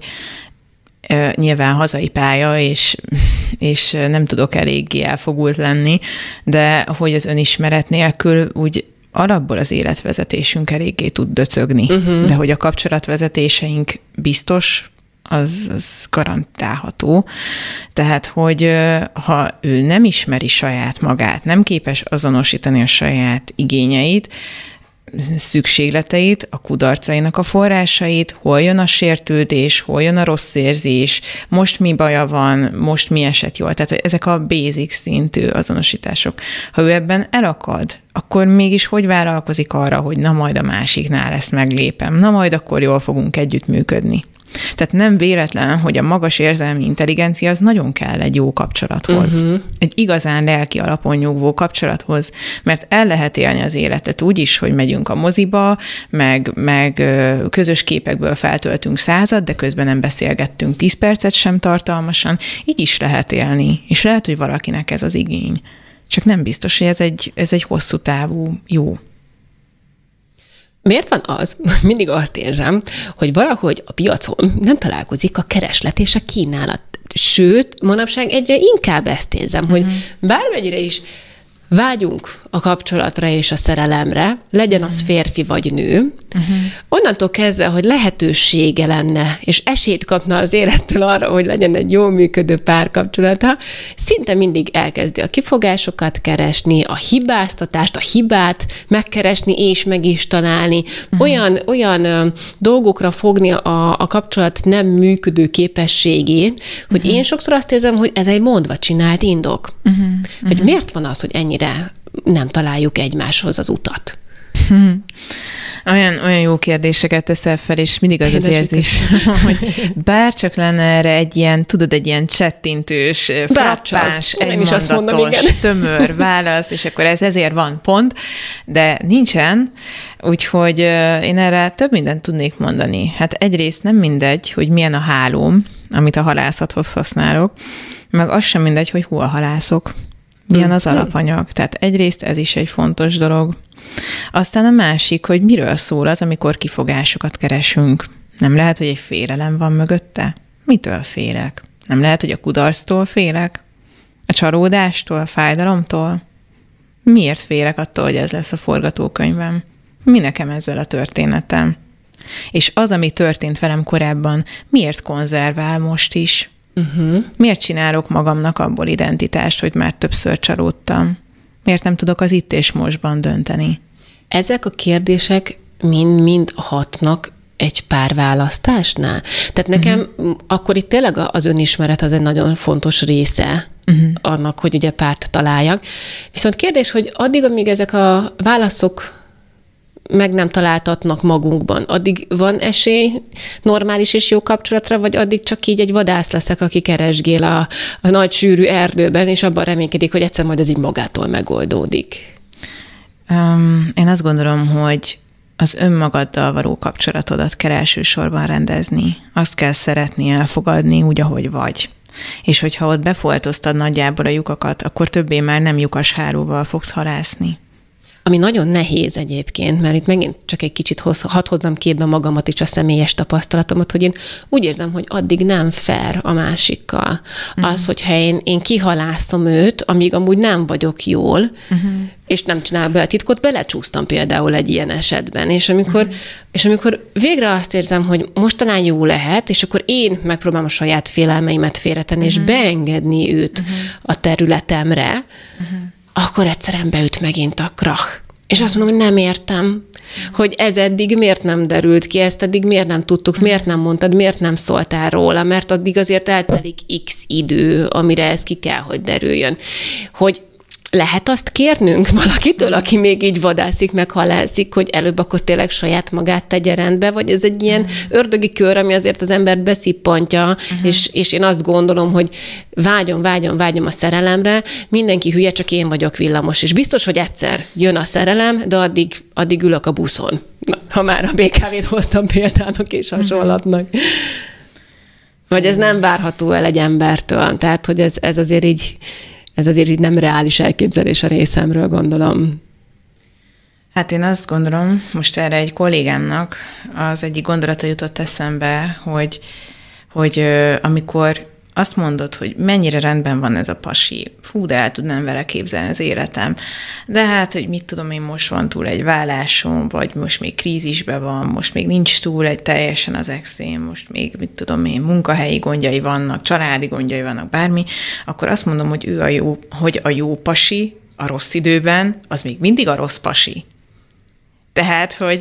nyilván hazai pálya, és nem tudok eléggé elfogult lenni, de hogy az önismeret nélkül úgy alapból az életvezetésünk eléggé tud döcögni. De hogy a kapcsolatvezetéseink biztos, az garantálható. Tehát, hogy ha ő nem ismeri saját magát, nem képes azonosítani a saját igényeit, szükségleteit, a kudarcainak a forrásait, hol jön a sértődés, hol jön a rossz érzés, most mi baja van, most mi esett jól. Tehát ezek a basic szintű azonosítások. Ha ő ebben elakad, akkor mégis hogy vállalkozik arra, hogy na majd a másiknál ezt meglépem, na majd akkor jól fogunk együttműködni. Tehát nem véletlen, hogy a magas érzelmi intelligencia az nagyon kell egy jó kapcsolathoz. Egy igazán lelki alapon nyugvó kapcsolathoz, mert el lehet élni az életet úgy is, hogy megyünk a moziba, meg közös képekből feltöltünk 100, de közben nem beszélgettünk 10 percet sem tartalmasan. Így is lehet élni, és lehet, hogy valakinek ez az igény. Csak nem biztos, hogy ez egy hosszú távú jó. Miért van az, mindig azt érzem, hogy valahogy a piacon nem találkozik a kereslet és a kínálat. Sőt, manapság egyre inkább ezt érzem, hogy bármennyire is vágyunk a kapcsolatra és a szerelemre, legyen az férfi vagy nő, onnantól kezdve, hogy lehetősége lenne, és esélyt kapna az élettől arra, hogy legyen egy jól működő párkapcsolata, szinte mindig elkezdi a kifogásokat keresni, a hibáztatást, a hibát megkeresni és meg is találni, olyan dolgokra fogni a kapcsolat nem működő képességét, hogy én sokszor azt érzem, hogy ez egy mondva csinált indok. Hogy miért van az, hogy ennyire nem találjuk egymáshoz az utat? Olyan jó kérdéseket teszel fel, és mindig az érzés, hogy bárcsak lenne erre egy ilyen csettintős, frappáns, egymondatos, tömör válasz, és akkor ez ezért van pont, de nincsen, úgyhogy én erre több mindent tudnék mondani. Hát egyrészt nem mindegy, hogy milyen a hálóm, amit a halászathoz használok, meg az sem mindegy, hogy hol halászok. Milyen az alapanyag. Tehát egyrészt ez is egy fontos dolog. Aztán a másik, hogy miről szól az, amikor kifogásokat keresünk. Nem lehet, hogy egy félelem van mögötte? Mitől félek? Nem lehet, hogy a kudarctól félek? A csalódástól, a fájdalomtól? Miért félek attól, hogy ez lesz a forgatókönyvem? Mi nekem ezzel a történetem? És az, ami történt velem korábban, miért konzervál most is? Miért csinálok magamnak abból identitást, hogy már többször csalódtam? Miért nem tudok az itt és mostban dönteni? Ezek a kérdések mind hatnak egy párválasztásnál? Tehát nekem akkor itt tényleg az önismeret az egy nagyon fontos része annak, hogy ugye párt találjak. Viszont kérdés, hogy addig, amíg ezek a válaszok meg nem találtatnak magunkban, addig van esély normális és jó kapcsolatra, vagy addig csak így egy vadász leszek, aki keresgél a nagy sűrű erdőben, és abban reménykedik, hogy egyszer majd ez így magától megoldódik? Én azt gondolom, hogy az önmagaddal való kapcsolatodat kell elsősorban rendezni. Azt kell szeretni, elfogadni úgy, ahogy vagy. És hogyha ott befoltoztad nagyjából a lyukakat, akkor többé már nem lyukas fogsz halászni. Ami nagyon nehéz egyébként, mert itt megint csak egy kicsit hadd hozzam képbe magamat és a személyes tapasztalatomat, hogy én úgy érzem, hogy addig nem fair a másikkal. Az, hogyha én kihalászom őt, amíg amúgy nem vagyok jól, és nem csinál be a titkot, belecsúsztam például egy ilyen esetben. És amikor végre azt érzem, hogy most talán jó lehet, és akkor én megpróbálom a saját félelmeimet félretenni, és beengedni őt a területemre, akkor egyszerűen beüt megint a krach. És azt mondom, hogy nem értem, hogy ez eddig miért nem derült ki, ezt eddig miért nem tudtuk, miért nem mondtad, miért nem szóltál róla, mert addig azért eltelik x idő, amire ez ki kell, hogy derüljön. Hogy lehet azt kérnünk valakitől, aki még így vadászik, meg halászik, hogy előbb akkor tényleg saját magát tegye rendbe, vagy ez egy ilyen ördögi kör, ami azért az embert beszippantja, és én azt gondolom, hogy vágyom a szerelemre, mindenki hülye, csak én vagyok villamos, és biztos, hogy egyszer jön a szerelem, de addig ülök a buszon. Na, ha már a BKV-t hoztam példának és hasonlatnak. Vagy ez nem várható el egy embertől, tehát, hogy ez azért így nem reális elképzelés a részemről, gondolom. Hát én azt gondolom, most erre egy kollégámnak az egyik gondolata jutott eszembe, hogy amikor azt mondod, hogy mennyire rendben van ez a pasi, fú, de el tudnám vele képzelni az életem. De hát, hogy mit tudom én, most van túl egy vállásom, vagy most még krízisben van, most még nincs túl egy teljesen az exém, most még, mit tudom én, munkahelyi gondjai vannak, családi gondjai vannak, bármi, akkor azt mondom, hogy hogy a jó pasi a rossz időben, az még mindig a rossz pasi. Tehát, hogy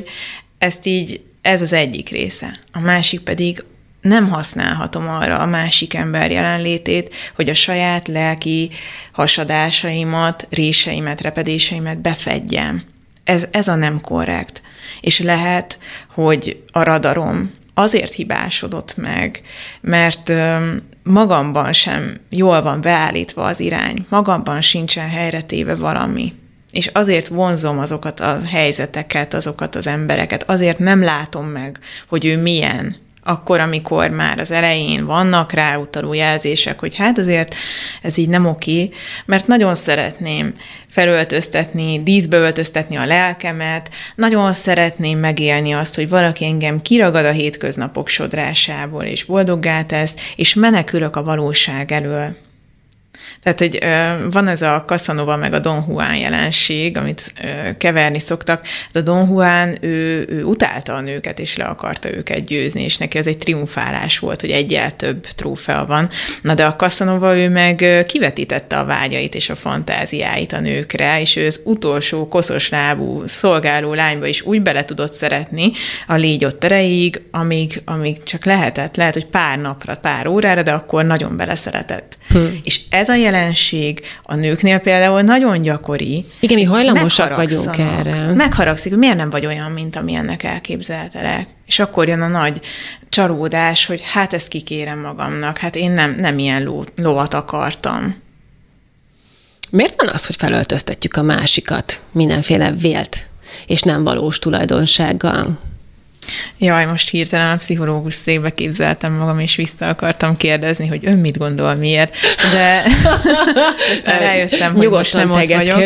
ez az egyik része. A másik pedig nem használhatom arra a másik ember jelenlétét, hogy a saját lelki hasadásaimat, réseimet, repedéseimet befedjem. Ez a nem korrekt. És lehet, hogy a radarom azért hibásodott meg, mert magamban sem jól van beállítva az irány, magamban sincsen helyretéve valami. És azért vonzom azokat a helyzeteket, azokat az embereket, azért nem látom meg, hogy ő milyen, akkor, amikor már az elején vannak ráutaló jelzések, hogy hát azért ez így nem oké, mert nagyon szeretném felöltöztetni, díszbe öltöztetni a lelkemet, nagyon szeretném megélni azt, hogy valaki engem kiragad a hétköznapok sodrásából, és boldoggá tesz, és menekülök a valóság elől. Tehát, hogy van ez a Casanova meg a Don Juan jelenség, amit keverni szoktak. A Don Juan, ő utálta a nőket, és le akarta őket győzni, és neki ez egy triumfálás volt, hogy egyel több trófea van. Na de a Casanova, ő meg kivetítette a vágyait és a fantáziáit a nőkre, és ő az utolsó koszos lábú szolgáló lányba is úgy bele tudott szeretni a légy ott erejéig, amíg csak lehetett. Lehet, hogy pár napra, pár órára, de akkor nagyon beleszeretett. És ez a jelenség a nőknél például nagyon gyakori. Igen, mi hajlamosak vagyunk erre. Megharagszik, hogy miért nem vagy olyan, mint amilyennek elképzeltelek. És akkor jön a nagy csalódás, hogy hát ezt kikérem magamnak, hát én nem ilyen lovat akartam. Miért van az, hogy felöltöztetjük a másikat mindenféle vélt és nem valós tulajdonsággal? Jaj, most hirtelen a pszichológus székbe képzeltem magam, és vissza akartam kérdezni, hogy ön mit gondol, miért, de aztán rájöttem, hogy most nem ott vagyok.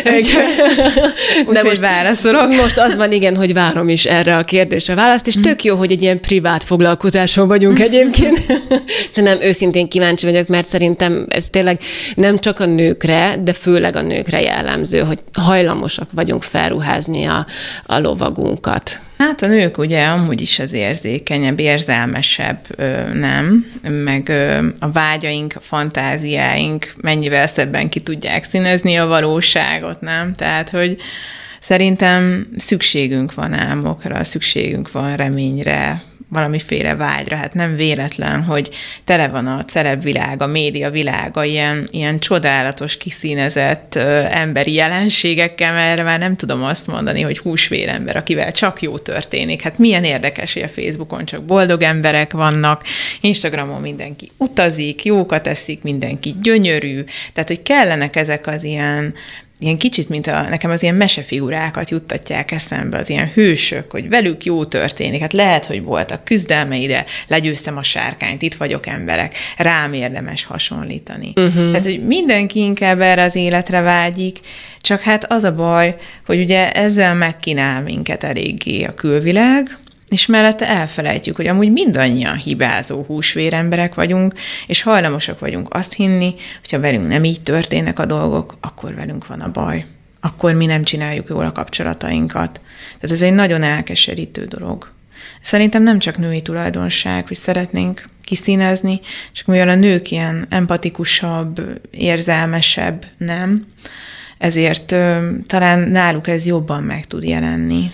Úgyhogy válaszolok. Most az van, igen, hogy várom is erre a kérdésre választ, és tök jó, hogy egy ilyen privát foglalkozáson vagyunk egyébként, de nem, őszintén kíváncsi vagyok, mert szerintem ez tényleg nem csak a nőkre, de főleg a nőkre jellemző, hogy hajlamosak vagyunk felruházni a lovagunkat. Hát a nők ugye amúgy is az érzékenyebb, érzelmesebb, nem, meg a vágyaink, a fantáziáink mennyivel szebben ki tudják színezni a valóságot, nem? Tehát, hogy szerintem szükségünk van álmokra, szükségünk van reményre, valamiféle vágyra. Hát nem véletlen, hogy tele van a celebvilág, a média világa ilyen csodálatos, kiszínezett emberi jelenségekkel, mert erre már nem tudom azt mondani, hogy húsvérember, akivel csak jó történik. Hát milyen érdekes, hogy a Facebookon csak boldog emberek vannak, Instagramon mindenki utazik, jókat eszik, mindenki gyönyörű. Tehát, hogy kellenek ezek az ilyen kicsit, mint nekem az ilyen mesefigurákat juttatják eszembe, az ilyen hősök, hogy velük jó történik. Hát lehet, hogy voltak küzdelmei, de legyőztem a sárkányt, itt vagyok emberek, rám érdemes hasonlítani. Tehát, hogy mindenki inkább erre az életre vágyik, csak hát az a baj, hogy ugye ezzel megkínál minket eléggé a külvilág, és mellette elfelejtjük, hogy amúgy mindannyian hibázó húsvéremberek vagyunk, és hajlamosak vagyunk azt hinni, hogyha velünk nem így történnek a dolgok, akkor velünk van a baj. Akkor mi nem csináljuk jól a kapcsolatainkat. Tehát ez egy nagyon elkeserítő dolog. Szerintem nem csak női tulajdonság, hogy szeretnénk kiszínezni, csak mivel a nők ilyen empatikusabb, érzelmesebb, nem, ezért talán náluk ez jobban meg tud jelenni.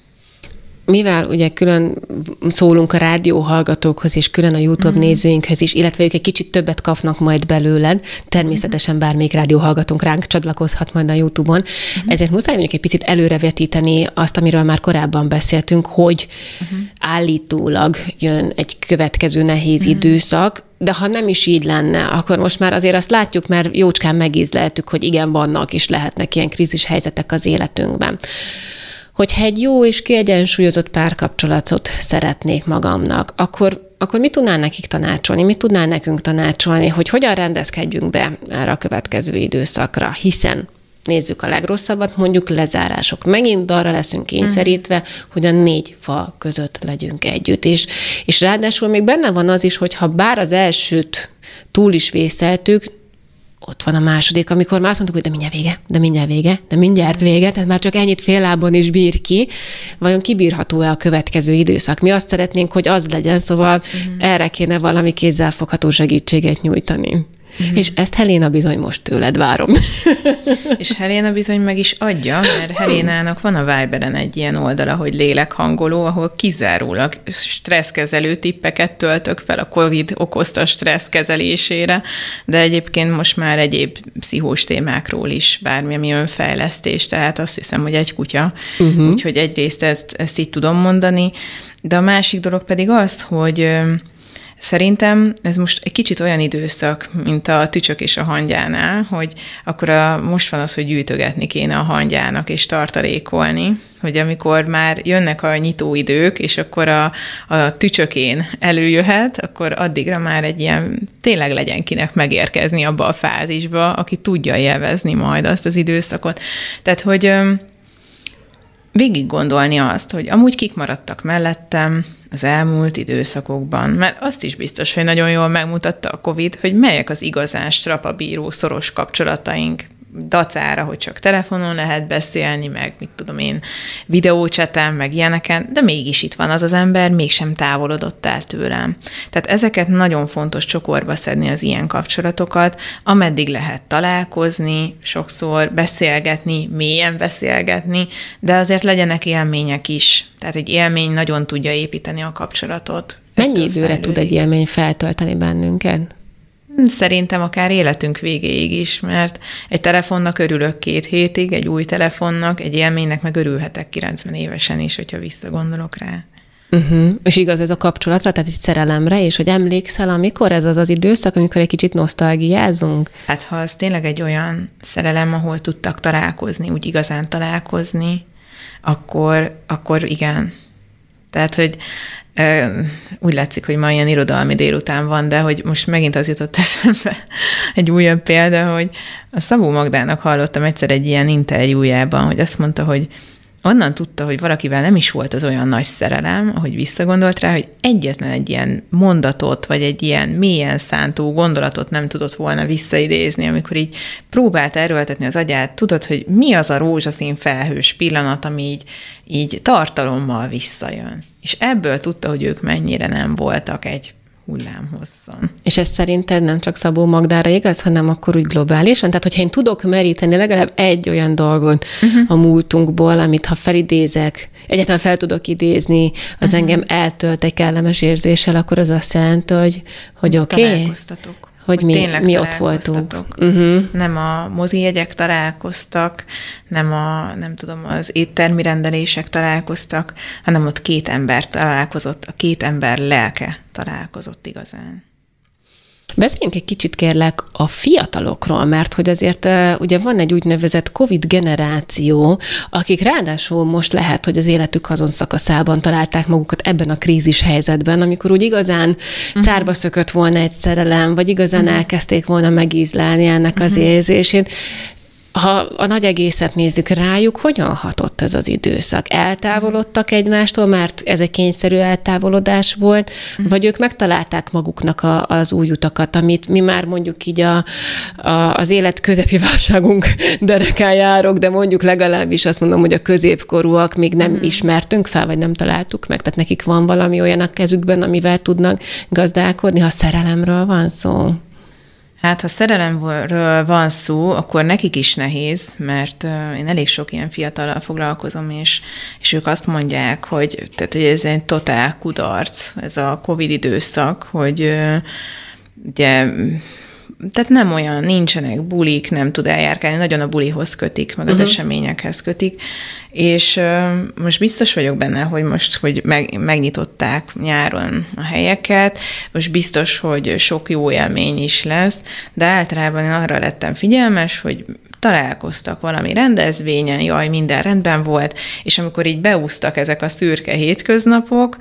Mivel ugye külön szólunk a rádióhallgatókhoz, és külön a YouTube nézőinkhez is, illetve ők egy kicsit többet kapnak majd belőled, természetesen bármelyik rádióhallgatónk ránk csatlakozhat majd a YouTube-on, ezért muszáj mondjuk egy picit előrevetíteni azt, amiről már korábban beszéltünk, hogy állítólag jön egy következő nehéz időszak, de ha nem is így lenne, akkor most már azért azt látjuk, mert jócskán megízleltük, hogy igen, vannak és lehetnek ilyen krízis helyzetek az életünkben. Hogyha egy jó és kiegyensúlyozott párkapcsolatot szeretnék magamnak, akkor mit tudnál nekik tanácsolni, mit tudnál nekünk tanácsolni, hogy hogyan rendezkedjünk be erre a következő időszakra, hiszen nézzük a legrosszabbat, mondjuk lezárások. Megint arra leszünk kényszerítve, hogy a 4 fal között legyünk együtt. És ráadásul még benne van az is, hogy ha bár az elsőt túl is vészeltük, ott van a második, amikor már azt mondtuk, hogy de mindjárt vége, tehát már csak ennyit fél lábon is bír ki. Vajon kibírható-e a következő időszak? Mi azt szeretnénk, hogy az legyen, szóval erre kéne valami kézzelfogható segítséget nyújtani. És ezt Helena bizony most tőled várom. És Helena bizony meg is adja, mert Helénának van a Viberen egy ilyen oldala, hogy lélekhangoló, ahol kizárólag stresszkezelő tippeket töltök fel a COVID okozta stressz kezelésére, de egyébként most már egyéb pszichós témákról is bármi önfejlesztés, tehát azt hiszem, hogy egy kutya. Úgyhogy egyrészt ezt így tudom mondani, de a másik dolog pedig az, hogy szerintem ez most egy kicsit olyan időszak, mint a tücsök és a hangyánál, hogy akkor most van az, hogy gyűjtögetni kéne a hangyának és tartalékolni, hogy amikor már jönnek a nyitóidők, és akkor a tücsökén előjöhet, akkor addigra már egy ilyen tényleg legyen kinek megérkezni abba a fázisba, aki tudja élvezni majd azt az időszakot. Tehát, hogy végig gondolni azt, hogy amúgy kik maradtak mellettem az elmúlt időszakokban, mert azt is biztos, hogy nagyon jól megmutatta a COVID, hogy melyek az igazán strapabíró szoros kapcsolataink, dacára, hogy csak telefonon lehet beszélni, meg mit tudom én, videócsaten, meg ilyeneken, de mégis itt van az az ember, mégsem távolodott el tőlem. Tehát ezeket nagyon fontos csokorba szedni az ilyen kapcsolatokat, ameddig lehet találkozni, sokszor beszélgetni, mélyen beszélgetni, de azért legyenek élmények is. Tehát egy élmény nagyon tudja építeni a kapcsolatot. Mennyi időre tud egy élmény feltölteni bennünket? Szerintem akár életünk végéig is, mert egy telefonnak örülök 2 hétig, egy új telefonnak, egy élménynek meg örülhetek 90 évesen is, hogyha visszagondolok rá. És igaz ez a kapcsolatra, tehát egy szerelemre, és hogy emlékszel, amikor ez az időszak, amikor egy kicsit nosztalgiázunk? Hát ha az tényleg egy olyan szerelem, ahol tudtak találkozni, úgy igazán találkozni, akkor igen. Tehát, hogy úgy látszik, hogy ma ilyen irodalmi délután van, de hogy most megint az jutott eszembe egy újabb példa, hogy a Szabó Magdának hallottam egyszer egy ilyen interjújában, hogy azt mondta, hogy onnan tudta, hogy valakivel nem is volt az olyan nagy szerelem, ahogy visszagondolt rá, hogy egyetlen egy ilyen mondatot, vagy egy ilyen mélyen szántó gondolatot nem tudott volna visszaidézni, amikor így próbált erőltetni az agyát, tudod, hogy mi az a rózsaszín felhős pillanat, ami így tartalommal visszajön. És ebből tudta, hogy ők mennyire nem voltak egy hullámhosszon. És ez szerinted nem csak Szabó Magdára igaz, hanem akkor úgy globálisan? Tehát, hogyha én tudok meríteni legalább egy olyan dolgot a múltunkból, amit ha felidézek, egyáltalán fel tudok idézni, az engem eltölt egy kellemes érzéssel, akkor az azt jelenti, hogy oké? Találkoztatok. Hogy mi ott voltunk. Nem a mozijegyek találkoztak, nem tudom, az éttermi rendelések találkoztak, hanem ott két ember találkozott, a két ember lelke találkozott igazán. Beszéljünk egy kicsit kérlek a fiatalokról, mert hogy azért ugye van egy úgynevezett Covid generáció, akik ráadásul most lehet, hogy az életük azon szakaszában találták magukat ebben a krízis helyzetben, amikor úgy igazán szárba szökött volna egy szerelem, vagy igazán elkezdték volna megízlelni ennek az érzését. Ha a nagy egészet nézzük rájuk, hogyan hatott ez az időszak? Eltávolodtak egymástól, mert ez egy kényszerű eltávolodás volt, vagy ők megtalálták maguknak az új utakat, amit mi már mondjuk így az élet közepi válságunk derekán járok, de mondjuk legalábbis azt mondom, hogy a középkorúak még nem ismertünk fel, vagy nem találtuk meg, tehát nekik van valami olyan a kezükben, amivel tudnak gazdálkodni, ha szerelemről van szó. Hát, ha szerelemről van szó, akkor nekik is nehéz, mert én elég sok ilyen fiatallal foglalkozom, és ők azt mondják, hogy ez egy totál kudarc, ez a Covid időszak, hogy ugye, tehát nem olyan, nincsenek bulik, nem tud eljárkálni, nagyon a bulihoz kötik, meg az eseményekhez kötik, és most biztos vagyok benne, hogy hogy megnyitották nyáron a helyeket, most biztos, hogy sok jó élmény is lesz, de általában én arra lettem figyelmes, hogy találkoztak valami rendezvényen, jaj, minden rendben volt, és amikor így beúsztak ezek a szürke hétköznapok,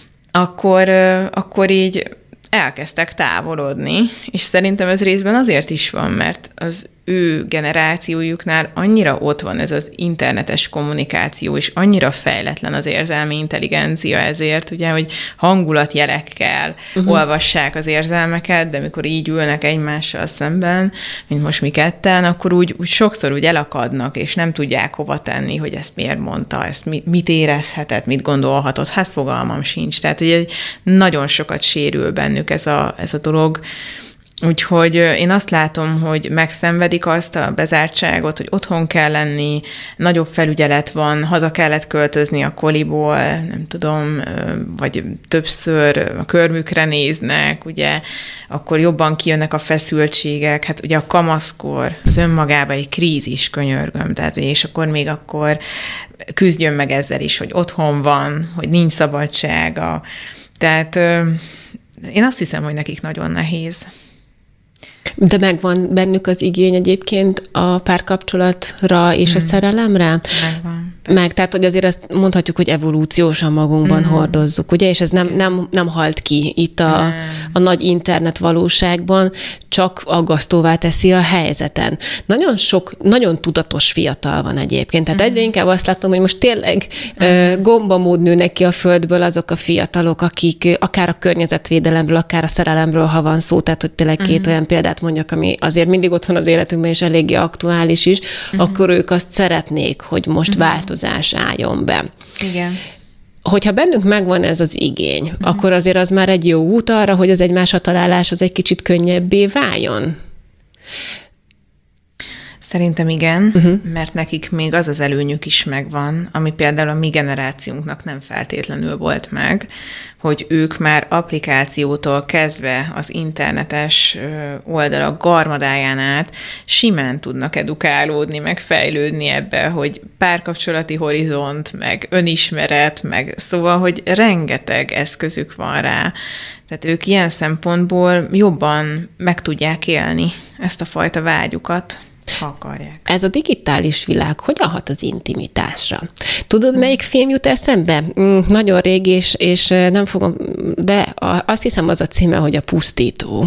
akkor így elkezdtek távolodni, és szerintem ez részben azért is van, mert az ő generációjuknál annyira ott van ez az internetes kommunikáció, és annyira fejletlen az érzelmi intelligencia ezért, ugye, hogy hangulatjelekkel olvassák az érzelmeket, de mikor így ülnek egymással szemben, mint most mi ketten, akkor úgy sokszor úgy elakadnak, és nem tudják hova tenni, hogy ezt miért mondta, ezt mit érezhetett, mit gondolhatott, hát fogalmam sincs. Tehát ugye nagyon sokat sérül bennük ez a dolog. Úgyhogy én azt látom, hogy megszenvedik azt a bezártságot, hogy otthon kell lenni, nagyobb felügyelet van, haza kellett költözni a koliból, nem tudom, vagy többször a körmükre néznek, ugye, akkor jobban kijönnek a feszültségek, hát ugye a kamaszkor az önmagában egy krízis, könyörgöm, tehát és akkor küzdjön meg ezzel is, hogy otthon van, hogy nincs szabadsága. Tehát én azt hiszem, hogy nekik nagyon nehéz. De megvan bennük az igény egyébként a párkapcsolatra és a szerelemre? Megvan. Tehát, hogy azért ezt mondhatjuk, hogy evolúciósan magunkban hordozzuk, ugye? És ez nem halt ki itt a nagy internet valóságban, csak aggasztóvá teszi a helyzeten. Nagyon tudatos fiatal van egyébként. Tehát egyre inkább azt látom, hogy most tényleg gombamód nőnek ki a földből azok a fiatalok, akik akár a környezetvédelemről, akár a szerelemről, ha van szó, tehát hogy tényleg két olyan példát mondjak, ami azért mindig ott van az életünkben, és eléggé aktuális is, akkor ők azt szeretnék, hogy most változás álljon be. Igen. Hogyha bennünk megvan ez az igény, akkor azért az már egy jó út arra, hogy az egymásra találás az egy kicsit könnyebbé váljon? Szerintem igen, mert nekik még az az előnyük is megvan, ami például a mi generációnknak nem feltétlenül volt meg, hogy ők már applikációtól kezdve az internetes oldalak garmadáján át simán tudnak edukálódni, meg fejlődni ebbe, hogy párkapcsolati horizont, meg önismeret, meg szóval, hogy rengeteg eszközük van rá. Tehát ők ilyen szempontból jobban meg tudják élni ezt a fajta vágyukat. ha akarják. Ez a digitális világ hogyan hat az intimitásra? Tudod, melyik film jut eszembe? Nagyon régi, és nem fogom, de azt hiszem az a címe, hogy A pusztító.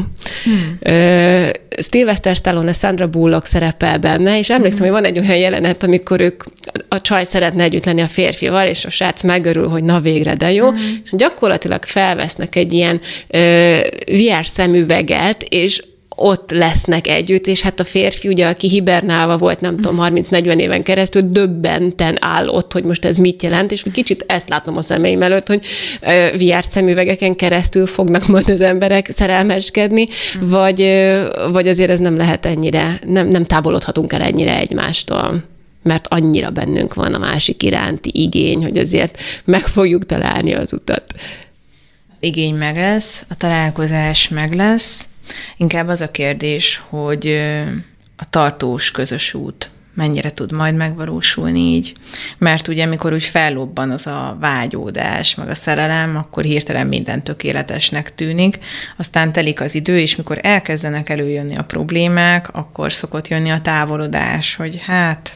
Sylvester Stallone, Sandra Bullock szerepel benne, és emlékszem, hogy van egy olyan jelenet, amikor a csaj szeretne együtt lenni a férfival, és a srác megörül, hogy na végre, de jó, és gyakorlatilag felvesznek egy ilyen VR szemüveget, és ott lesznek együtt, és hát a férfi, ugye, aki hibernálva volt, nem tudom, 30-40 éven keresztül, döbbenten áll ott, hogy most ez mit jelent, és kicsit ezt látom a szemeim előtt, hogy VR szemüvegeken keresztül fognak majd az emberek szerelmeskedni, vagy azért ez nem lehet ennyire, nem távolodhatunk el ennyire egymástól, mert annyira bennünk van a másik iránti igény, hogy azért meg fogjuk találni az utat. Az igény meg lesz, a találkozás meg lesz. Inkább az a kérdés, hogy a tartós közös út mennyire tud majd megvalósulni így. Mert ugye, amikor úgy fellobban az a vágyódás, meg a szerelem, akkor hirtelen minden tökéletesnek tűnik, aztán telik az idő, és mikor elkezdenek előjönni a problémák, akkor szokott jönni a távolodás, hogy hát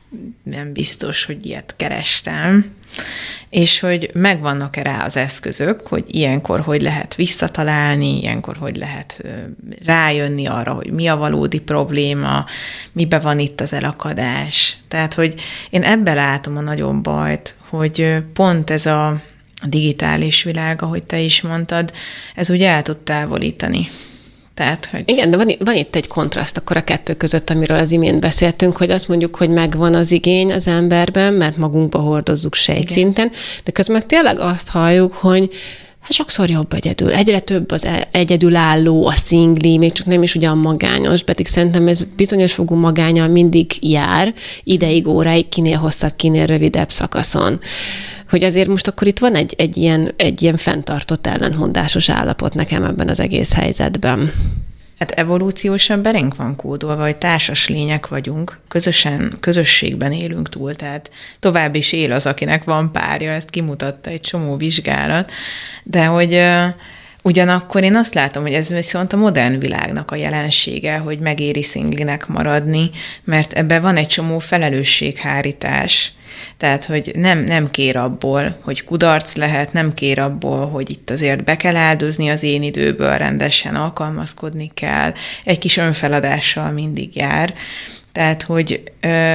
nem biztos, hogy ilyet kerestem, és hogy megvannak-e rá az eszközök, hogy ilyenkor hogy lehet visszatalálni, ilyenkor hogy lehet rájönni arra, hogy mi a valódi probléma, mibe van itt az elakadás. Tehát, hogy én ebben látom a nagyon bajt, hogy pont ez a digitális világ, ahogy te is mondtad, ez úgy el tud távolítani. Tehát, hogy... Igen, de van itt egy kontraszt akkor a kettő között, amiről az imént beszéltünk, hogy azt mondjuk, hogy megvan az igény az emberben, mert magunkba hordozzuk sejtszinten, de közben meg tényleg azt halljuk, hogy hát sokszor jobb egyedül. Egyre több az egyedülálló, a szingli, még csak nem is ugyan magányos, pedig szerintem ez bizonyos fogú magánnyal mindig jár, ideig, óráig, kinél hosszabb, kinél rövidebb szakaszon. Hogy azért most akkor itt van egy ilyen fenntartott ellentmondásos állapot nekem ebben az egész helyzetben. Hát evolúciósan belénk van kódolva, hogy társas lények vagyunk, közösségben élünk túl, tehát tovább is él az, akinek van párja, ezt kimutatta egy csomó vizsgálat, de hogy ugyanakkor én azt látom, hogy ez viszont a modern világnak a jelensége, hogy megéri szinglinek maradni, mert ebben van egy csomó felelősséghárítás. Tehát, hogy nem kér abból, hogy kudarc lehet, nem kér abból, hogy itt azért be kell áldozni az én időből, rendesen alkalmazkodni kell, egy kis önfeladással mindig jár. Tehát, hogy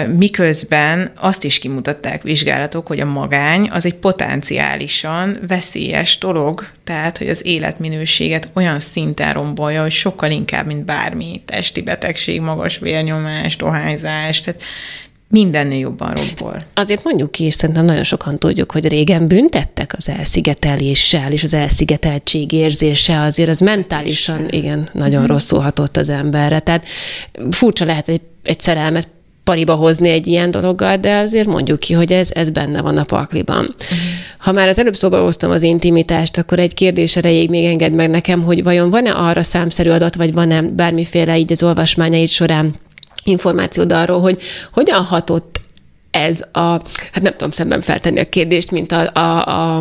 miközben azt is kimutatták vizsgálatok, hogy a magány az egy potenciálisan veszélyes dolog, tehát, hogy az életminőséget olyan szinten rombolja, hogy sokkal inkább, mint bármi testi betegség, magas vérnyomás, dohányzás, tehát mindennél jobban robbol. Azért mondjuk ki, és szerintem nagyon sokan tudjuk, hogy régen büntettek az elszigeteléssel, és az elszigeteltség érzése azért az mentálisan, igen, nagyon rosszul hatott az emberre. Tehát furcsa lehet egy szerelmet pariba hozni egy ilyen dologgal, de azért mondjuk ki, hogy ez benne van a pakliban. Ha már az előbb szóba hoztam az intimitást, akkor egy kérdés erejéig még engedd meg nekem, hogy vajon van-e arra számszerű adat, vagy van-e bármiféle így az olvasmányaid során információd arról, hogy hogyan hatott ez hát nem tudom szemben feltenni a kérdést, mint a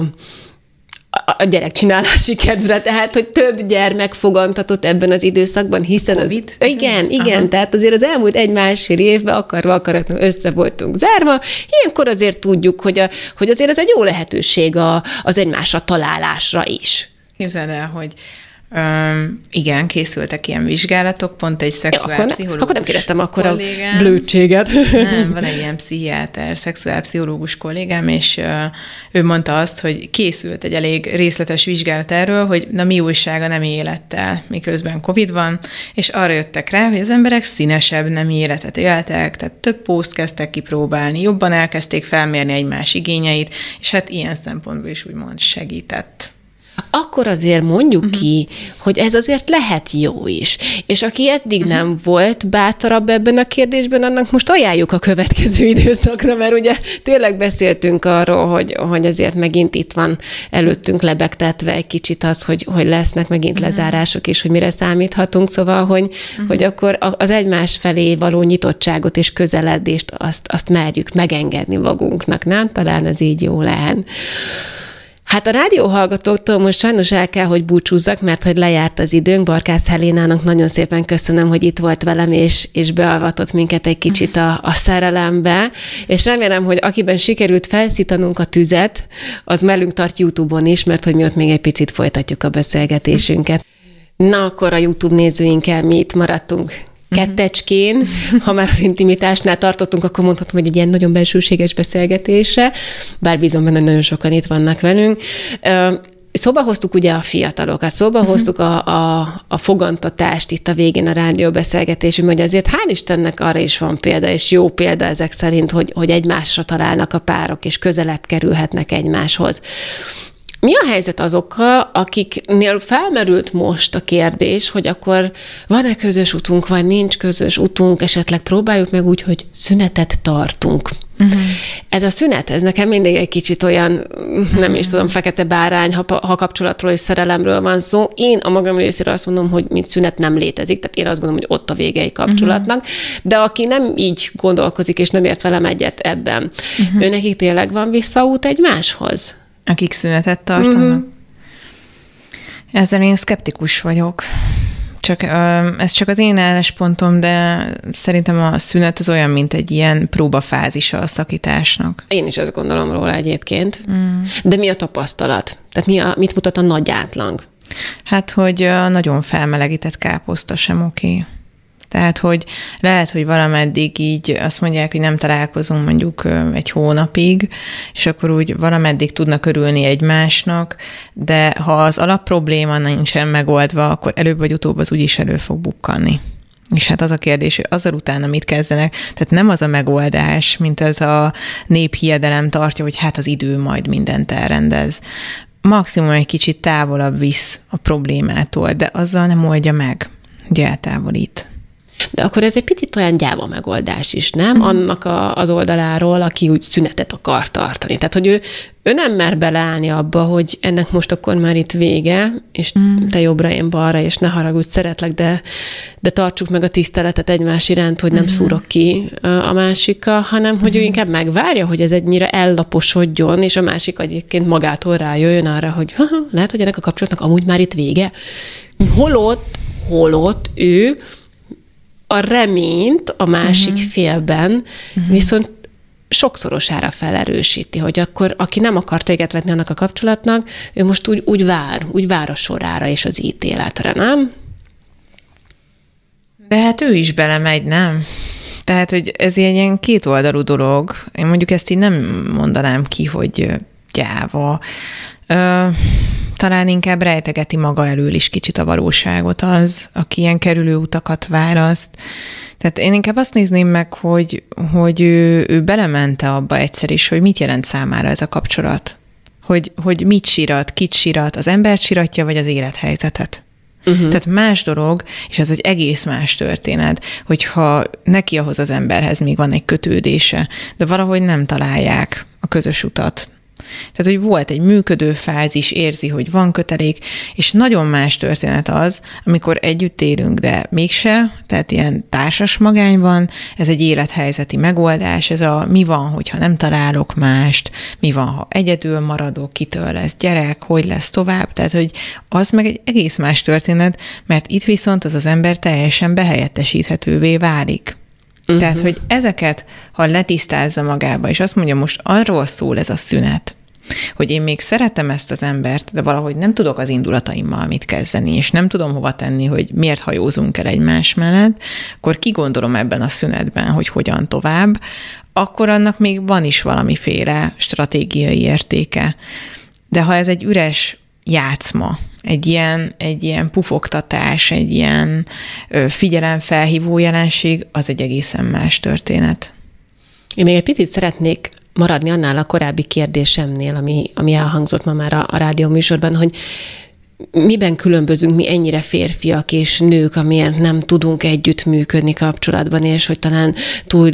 gyerekcsinálási kedvre, tehát, hogy több gyermek fogantatott ebben az időszakban, hiszen COVID? Igen, tehát azért az elmúlt 1-1,5 évben akaratlanul össze voltunk zárva, ilyenkor azért tudjuk, hogy azért ez egy jó lehetőség az egymásra találásra is. Képzeld el, hogy igen, készültek ilyen vizsgálatok, pont egy szexuálpszichológus. Akkor nem kérdeztem akkor a blödséget. Nem, van egy ilyen pszichiáter, szexuálpszichológus kollégám, és ő mondta azt, hogy készült egy elég részletes vizsgálat erről, hogy na mi újság a nemi élettel, miközben Covid van, és arra jöttek rá, hogy az emberek színesebb nemi életet éltek, tehát több pószt kezdtek kipróbálni, jobban elkezdték felmérni egymás igényeit, és hát ilyen szempontból is úgymond segített. Akkor azért mondjuk ki, hogy ez azért lehet jó is. És aki eddig nem volt bátarabb ebben a kérdésben, annak most ajánljuk a következő időszakra, mert ugye tényleg beszéltünk arról, hogy azért megint itt van előttünk lebegtetve egy kicsit az, hogy lesznek megint lezárások, és hogy mire számíthatunk. Szóval, hogy akkor az egymás felé való nyitottságot és közeledést azt merjük megengedni magunknak, nem? Talán ez így jó lehet. Hát a rádióhallgatóktól most sajnos el kell, hogy búcsúzzak, mert hogy lejárt az időnk. Barkász Helénának nagyon szépen köszönöm, hogy itt volt velem, és beavatott minket egy kicsit a szerelembe, és remélem, hogy akiben sikerült felszítanunk a tüzet, az mellünk tart YouTube-on is, mert hogy mi ott még egy picit folytatjuk a beszélgetésünket. Na, akkor a YouTube nézőinkkel mi itt maradtunk kettecskén, ha már az intimitásnál tartottunk, akkor mondhatom, hogy egy ilyen nagyon belsőséges beszélgetésre, bár bízom benne, nagyon sokan itt vannak velünk. Szóba hoztuk ugye a fiatalokat, szóba hoztuk a fogantatást itt a végén a rádióbeszélgetésünk, hogy azért hál' Istennek arra is van példa, és jó példa ezek szerint, hogy egymásra találnak a párok, és közelebb kerülhetnek egymáshoz. Mi a helyzet azokkal, akiknél felmerült most a kérdés, hogy akkor van-e közös utunk, vagy nincs közös utunk, esetleg próbáljuk meg úgy, hogy szünetet tartunk. Ez a szünet, ez nekem mindig egy kicsit olyan, nem is tudom, fekete bárány, ha kapcsolatról és szerelemről van szó. Én a magam részéről azt mondom, hogy mint szünet nem létezik, tehát én azt gondolom, hogy ott a vége egy kapcsolatnak, de aki nem így gondolkozik, és nem ért velem egyet ebben, őnekik tényleg van visszaút egymáshoz? Akik szünetet tartanak. Ezzel én szkeptikus vagyok. Ez csak az én álláspontom, de szerintem a szünet az olyan, mint egy ilyen próbafázisa a szakításnak. Én is ezt gondolom róla egyébként. De mi a tapasztalat? Tehát mit mutat a nagy átlag? Hát, hogy nagyon felmelegített káposzta sem oké. Tehát, hogy lehet, hogy valameddig így azt mondják, hogy nem találkozunk mondjuk egy hónapig, és akkor úgy valameddig tudnak örülni egymásnak, de ha az alapprobléma nincsen megoldva, akkor előbb vagy utóbb az úgyis elő fog bukkanni. És hát az a kérdés, hogy azzal utána mit kezdenek, tehát nem az a megoldás, mint ez a néphiedelem tartja, hogy hát az idő majd mindent elrendez. Maximum egy kicsit távolabb visz a problémától, de azzal nem oldja meg, hogy eltávolít. De akkor ez egy picit olyan gyáva megoldás is, nem? Annak az oldaláról, aki úgy szünetet akar tartani. Tehát, hogy ő nem mer beleállni abba, hogy ennek most akkor már itt vége, és te jobbra, én balra, és ne haragudj, szeretlek, de tartsuk meg a tiszteletet egymás iránt, hogy nem szúrok ki a másikkal, hanem hogy ő inkább megvárja, hogy ez ennyire ellaposodjon, és a másik egyébként magától rájöjjön arra, hogy lehet, hogy ennek a kapcsolatnak amúgy már itt vége. Holott ő a reményt a másik félben viszont sokszorosára felerősíti, hogy akkor aki nem akar véget vetni annak a kapcsolatnak, ő most úgy vár a sorára és az ítéletre, nem? De hát ő is belemegy, nem? Tehát, hogy ez ilyen kétoldalú dolog. Én mondjuk ezt így nem mondanám ki, hogy gyáva. Talán inkább rejtegeti maga elől is kicsit a valóságot az, aki ilyen kerülő utakat választ. Tehát én inkább azt nézném meg, hogy ő belemente abba egyszer is, hogy mit jelent számára ez a kapcsolat. Hogy mit sírat, kit sírat, az embert síratja, vagy az élethelyzetet. Tehát más dolog, és ez egy egész más történet, hogyha neki ahhoz az emberhez még van egy kötődése, de valahogy nem találják a közös utat. Tehát, hogy volt egy működő fázis, érzi, hogy van kötelék, és nagyon más történet az, amikor együtt élünk, de mégse, tehát ilyen társas magány van, ez egy élethelyzeti megoldás, ez a mi van, hogyha nem találok mást, mi van, ha egyedül maradok, kitől lesz gyerek, hogy lesz tovább, tehát, hogy az meg egy egész más történet, mert itt viszont az ember teljesen behelyettesíthetővé válik. Tehát, hogy ezeket, ha letisztázza magába, és azt mondja, most arról szól ez a szünet, hogy én még szeretem ezt az embert, de valahogy nem tudok az indulataimmal mit kezdeni, és nem tudom hova tenni, hogy miért hajózunk el egymás mellett, akkor kigondolom ebben a szünetben, hogy hogyan tovább, akkor annak még van is valamiféle stratégiai értéke. De ha ez egy üres játszma, egy ilyen pufogtatás, egy ilyen figyelemfelhívó jelenség, az egy egészen más történet. Én még egy picit szeretnék maradni annál a korábbi kérdésemnél, ami elhangzott ma már a rádióműsorban, hogy miben különbözünk mi ennyire férfiak és nők, amiért nem tudunk együttműködni kapcsolatban, és hogy talán túl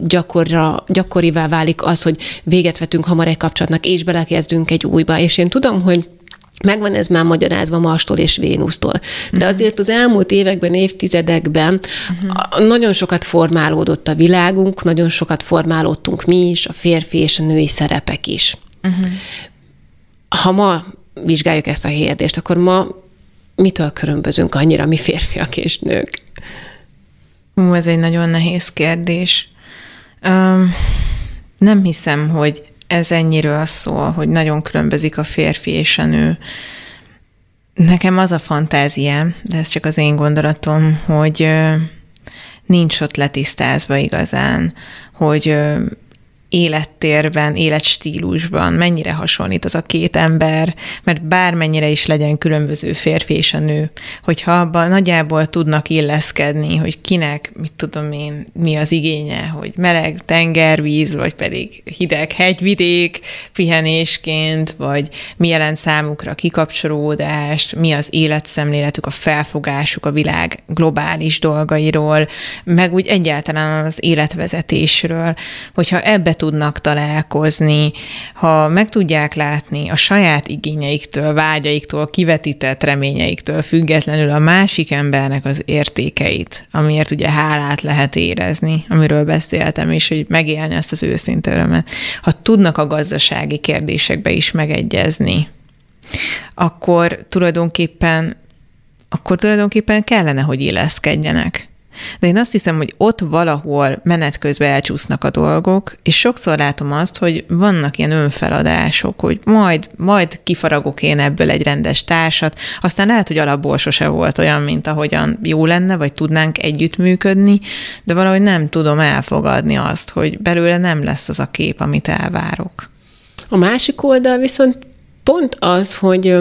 gyakorivá válik az, hogy véget vetünk hamar egy kapcsolatnak, és belekezdünk egy újba. És én tudom, hogy megvan ez már magyarázva Marstól és Vénusztól. De azért az elmúlt években, évtizedekben nagyon sokat formálódott a világunk, nagyon sokat formálódtunk mi is, a férfi és a női szerepek is. ha ma vizsgáljuk ezt a kérdést, akkor ma mitől különbözünk annyira mi férfiak és nők? Ez egy nagyon nehéz kérdés. Nem hiszem, hogy ez ennyiről szól, hogy nagyon különbözik a férfi és a nő. Nekem az a fantáziám, de ez csak az én gondolatom, hogy nincs ott letisztázva igazán, hogy élettérben, életstílusban mennyire hasonlít az a két ember, mert bármennyire is legyen különböző férfi és a nő, hogyha abban nagyjából tudnak illeszkedni, hogy kinek, mit tudom én, mi az igénye, hogy meleg tengervíz, vagy pedig hideg hegyvidék pihenésként, vagy mi jelent számukra kikapcsolódást, mi az életszemléletük, a felfogásuk a világ globális dolgairól, meg úgy egyáltalán az életvezetésről, hogyha ebbe tudnak találkozni, ha meg tudják látni a saját igényeiktől, vágyaiktól, kivetített reményeiktől függetlenül a másik embernek az értékeit, amiért ugye hálát lehet érezni, amiről beszéltem, és hogy megélni ezt az őszinte örömet. Ha tudnak a gazdasági kérdésekbe is megegyezni, akkor tulajdonképpen kellene, hogy illeszkedjenek. De én azt hiszem, hogy ott valahol menet közben elcsúsznak a dolgok, és sokszor látom azt, hogy vannak ilyen önfeladások, hogy majd kifaragok én ebből egy rendes társat, aztán lehet, hogy alapból sose volt olyan, mint ahogyan jó lenne, vagy tudnánk együttműködni, de valahogy nem tudom elfogadni azt, hogy belőle nem lesz az a kép, amit elvárok. A másik oldal viszont pont az, hogy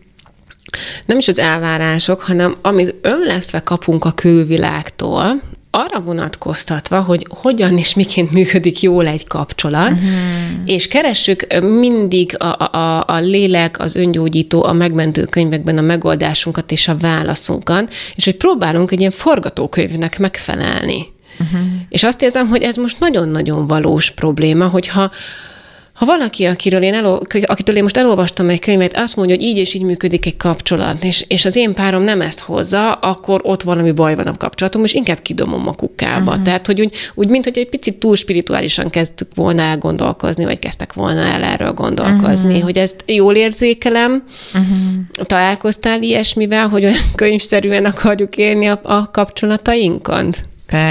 nem is az elvárások, hanem amit önlesztve kapunk a külvilágtól, arra vonatkoztatva, hogy hogyan és miként működik jól egy kapcsolat, és keressük mindig a lélek, az öngyógyító, a megmentő könyvekben a megoldásunkat és a válaszunkat, és hogy próbálunk egy ilyen forgatókönyvnek megfelelni. És azt érzem, hogy ez most nagyon-nagyon valós probléma, hogyha valaki, akitől én most elolvastam egy könyvet, azt mondja, hogy így és így működik egy kapcsolat, és az én párom nem ezt hozza, akkor ott valami baj van a kapcsolatom, és inkább kidomom a kukába. Tehát, hogy úgy, mint hogy egy picit túl spirituálisan kezdtük volna elgondolkozni, vagy kezdtek volna el erről gondolkozni, hogy ezt jól érzékelem. Találkoztál ilyesmivel, hogy olyan könyvszerűen akarjuk élni a kapcsolatainkat?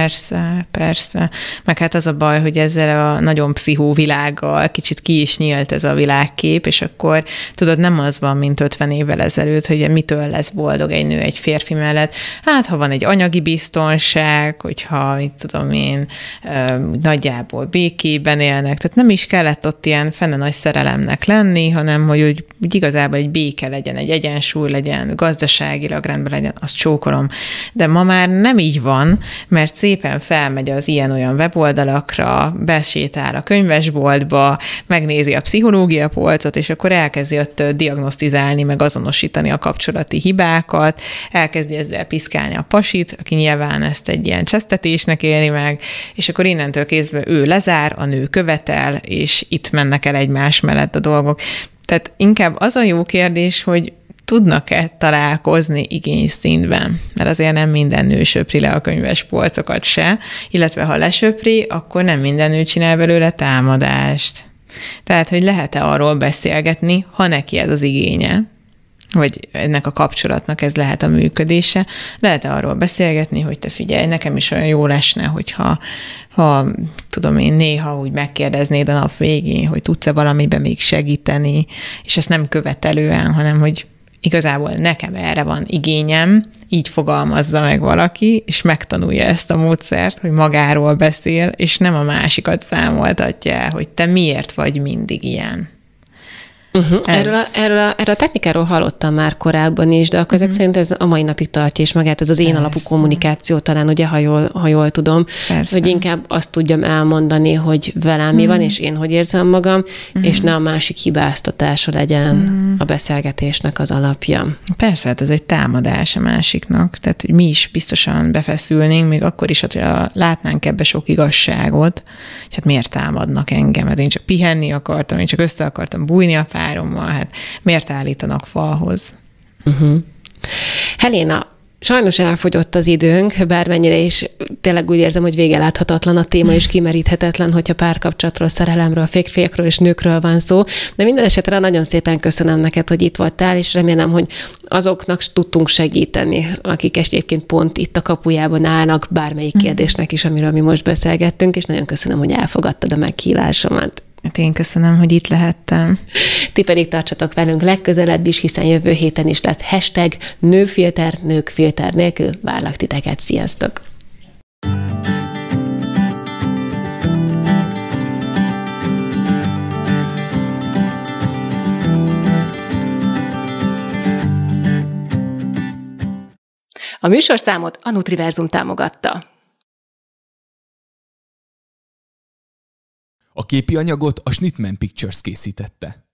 Persze. Meg hát az a baj, hogy ezzel a nagyon pszichó világgal kicsit ki is nyílt ez a világkép, és akkor tudod, nem az van, mint 50 évvel ezelőtt, hogy mitől lesz boldog egy nő egy férfi mellett. Hát, ha van egy anyagi biztonság, hogyha, mit tudom én, nagyjából békében élnek, tehát nem is kellett ott ilyen fenne nagy szerelemnek lenni, hanem hogy igazából egy béke legyen, egy egyensúly legyen, gazdaságilag rendben legyen, azt csókolom. De ma már nem így van, mert szépen felmegy az ilyen-olyan weboldalakra, besétál a könyvesboltba, megnézi a pszichológia polcot, és akkor elkezdi ott diagnosztizálni, meg azonosítani a kapcsolati hibákat, elkezdi ezzel piszkálni a pasit, aki nyilván ezt egy ilyen csesztetésnek éli meg, és akkor innentől kezdve ő lezár, a nő követel, és itt mennek el egymás mellett a dolgok. Tehát inkább az a jó kérdés, hogy tudnak-e találkozni igényszintben? Mert azért nem minden nő söpri le a könyves polcokat se, illetve ha lesöpri, akkor nem minden nő csinál belőle támadást. Tehát, hogy lehet-e arról beszélgetni, ha neki ez az igénye, vagy ennek a kapcsolatnak ez lehet a működése, lehet-e arról beszélgetni, hogy te figyelj, nekem is olyan jó lesne, hogyha tudom én, néha úgy megkérdeznéd a nap végén, hogy tudsz-e valamiben még segíteni, és ezt nem követelően, hanem hogy igazából nekem erre van igényem, így fogalmazza meg valaki, és megtanulja ezt a módszert, hogy magáról beszél, és nem a másikat számoltatja el, hogy te miért vagy mindig ilyen. Erről a technikáról hallottam már korábban is, de akkor ezek szerint ez a mai napig tartja, és magát ez az én alapú kommunikáció talán, ugye, ha jól tudom, hogy inkább azt tudjam elmondani, hogy velem mi van, és én hogy érzem magam, és ne a másik hibáztatása legyen a beszélgetésnek az alapja. Persze, hát ez egy támadás a másiknak, tehát hogy mi is biztosan befeszülnénk, még akkor is, hogyha látnánk ebbe sok igazságot, hogy hát miért támadnak engem, mert én csak pihenni akartam, én csak össze akartam bújni a párommal, hát miért állítanak falhoz? Helena, Sajnos elfogyott az időnk, bármennyire is tényleg úgy érzem, hogy vége láthatatlan a téma, és kimeríthetetlen, hogyha párkapcsolatról, szerelemről, férfiakról és nőkről van szó. De minden esetre nagyon szépen köszönöm neked, hogy itt voltál, és remélem, hogy azoknak tudtunk segíteni, akik egyébként pont itt a kapujában állnak, bármelyik kérdésnek is, amiről mi most beszélgettünk, és nagyon köszönöm, hogy elfogadtad a meghívásomat. Hát én köszönöm, hogy itt lehettem. Ti pedig tartsatok velünk legközelebb is, hiszen jövő héten is lesz #nőfilter, nők filter nélkül. Várlak titeket, sziasztok! A műsorszámot a Nutriverzum támogatta. A képi anyagot a Schnittman Pictures készítette.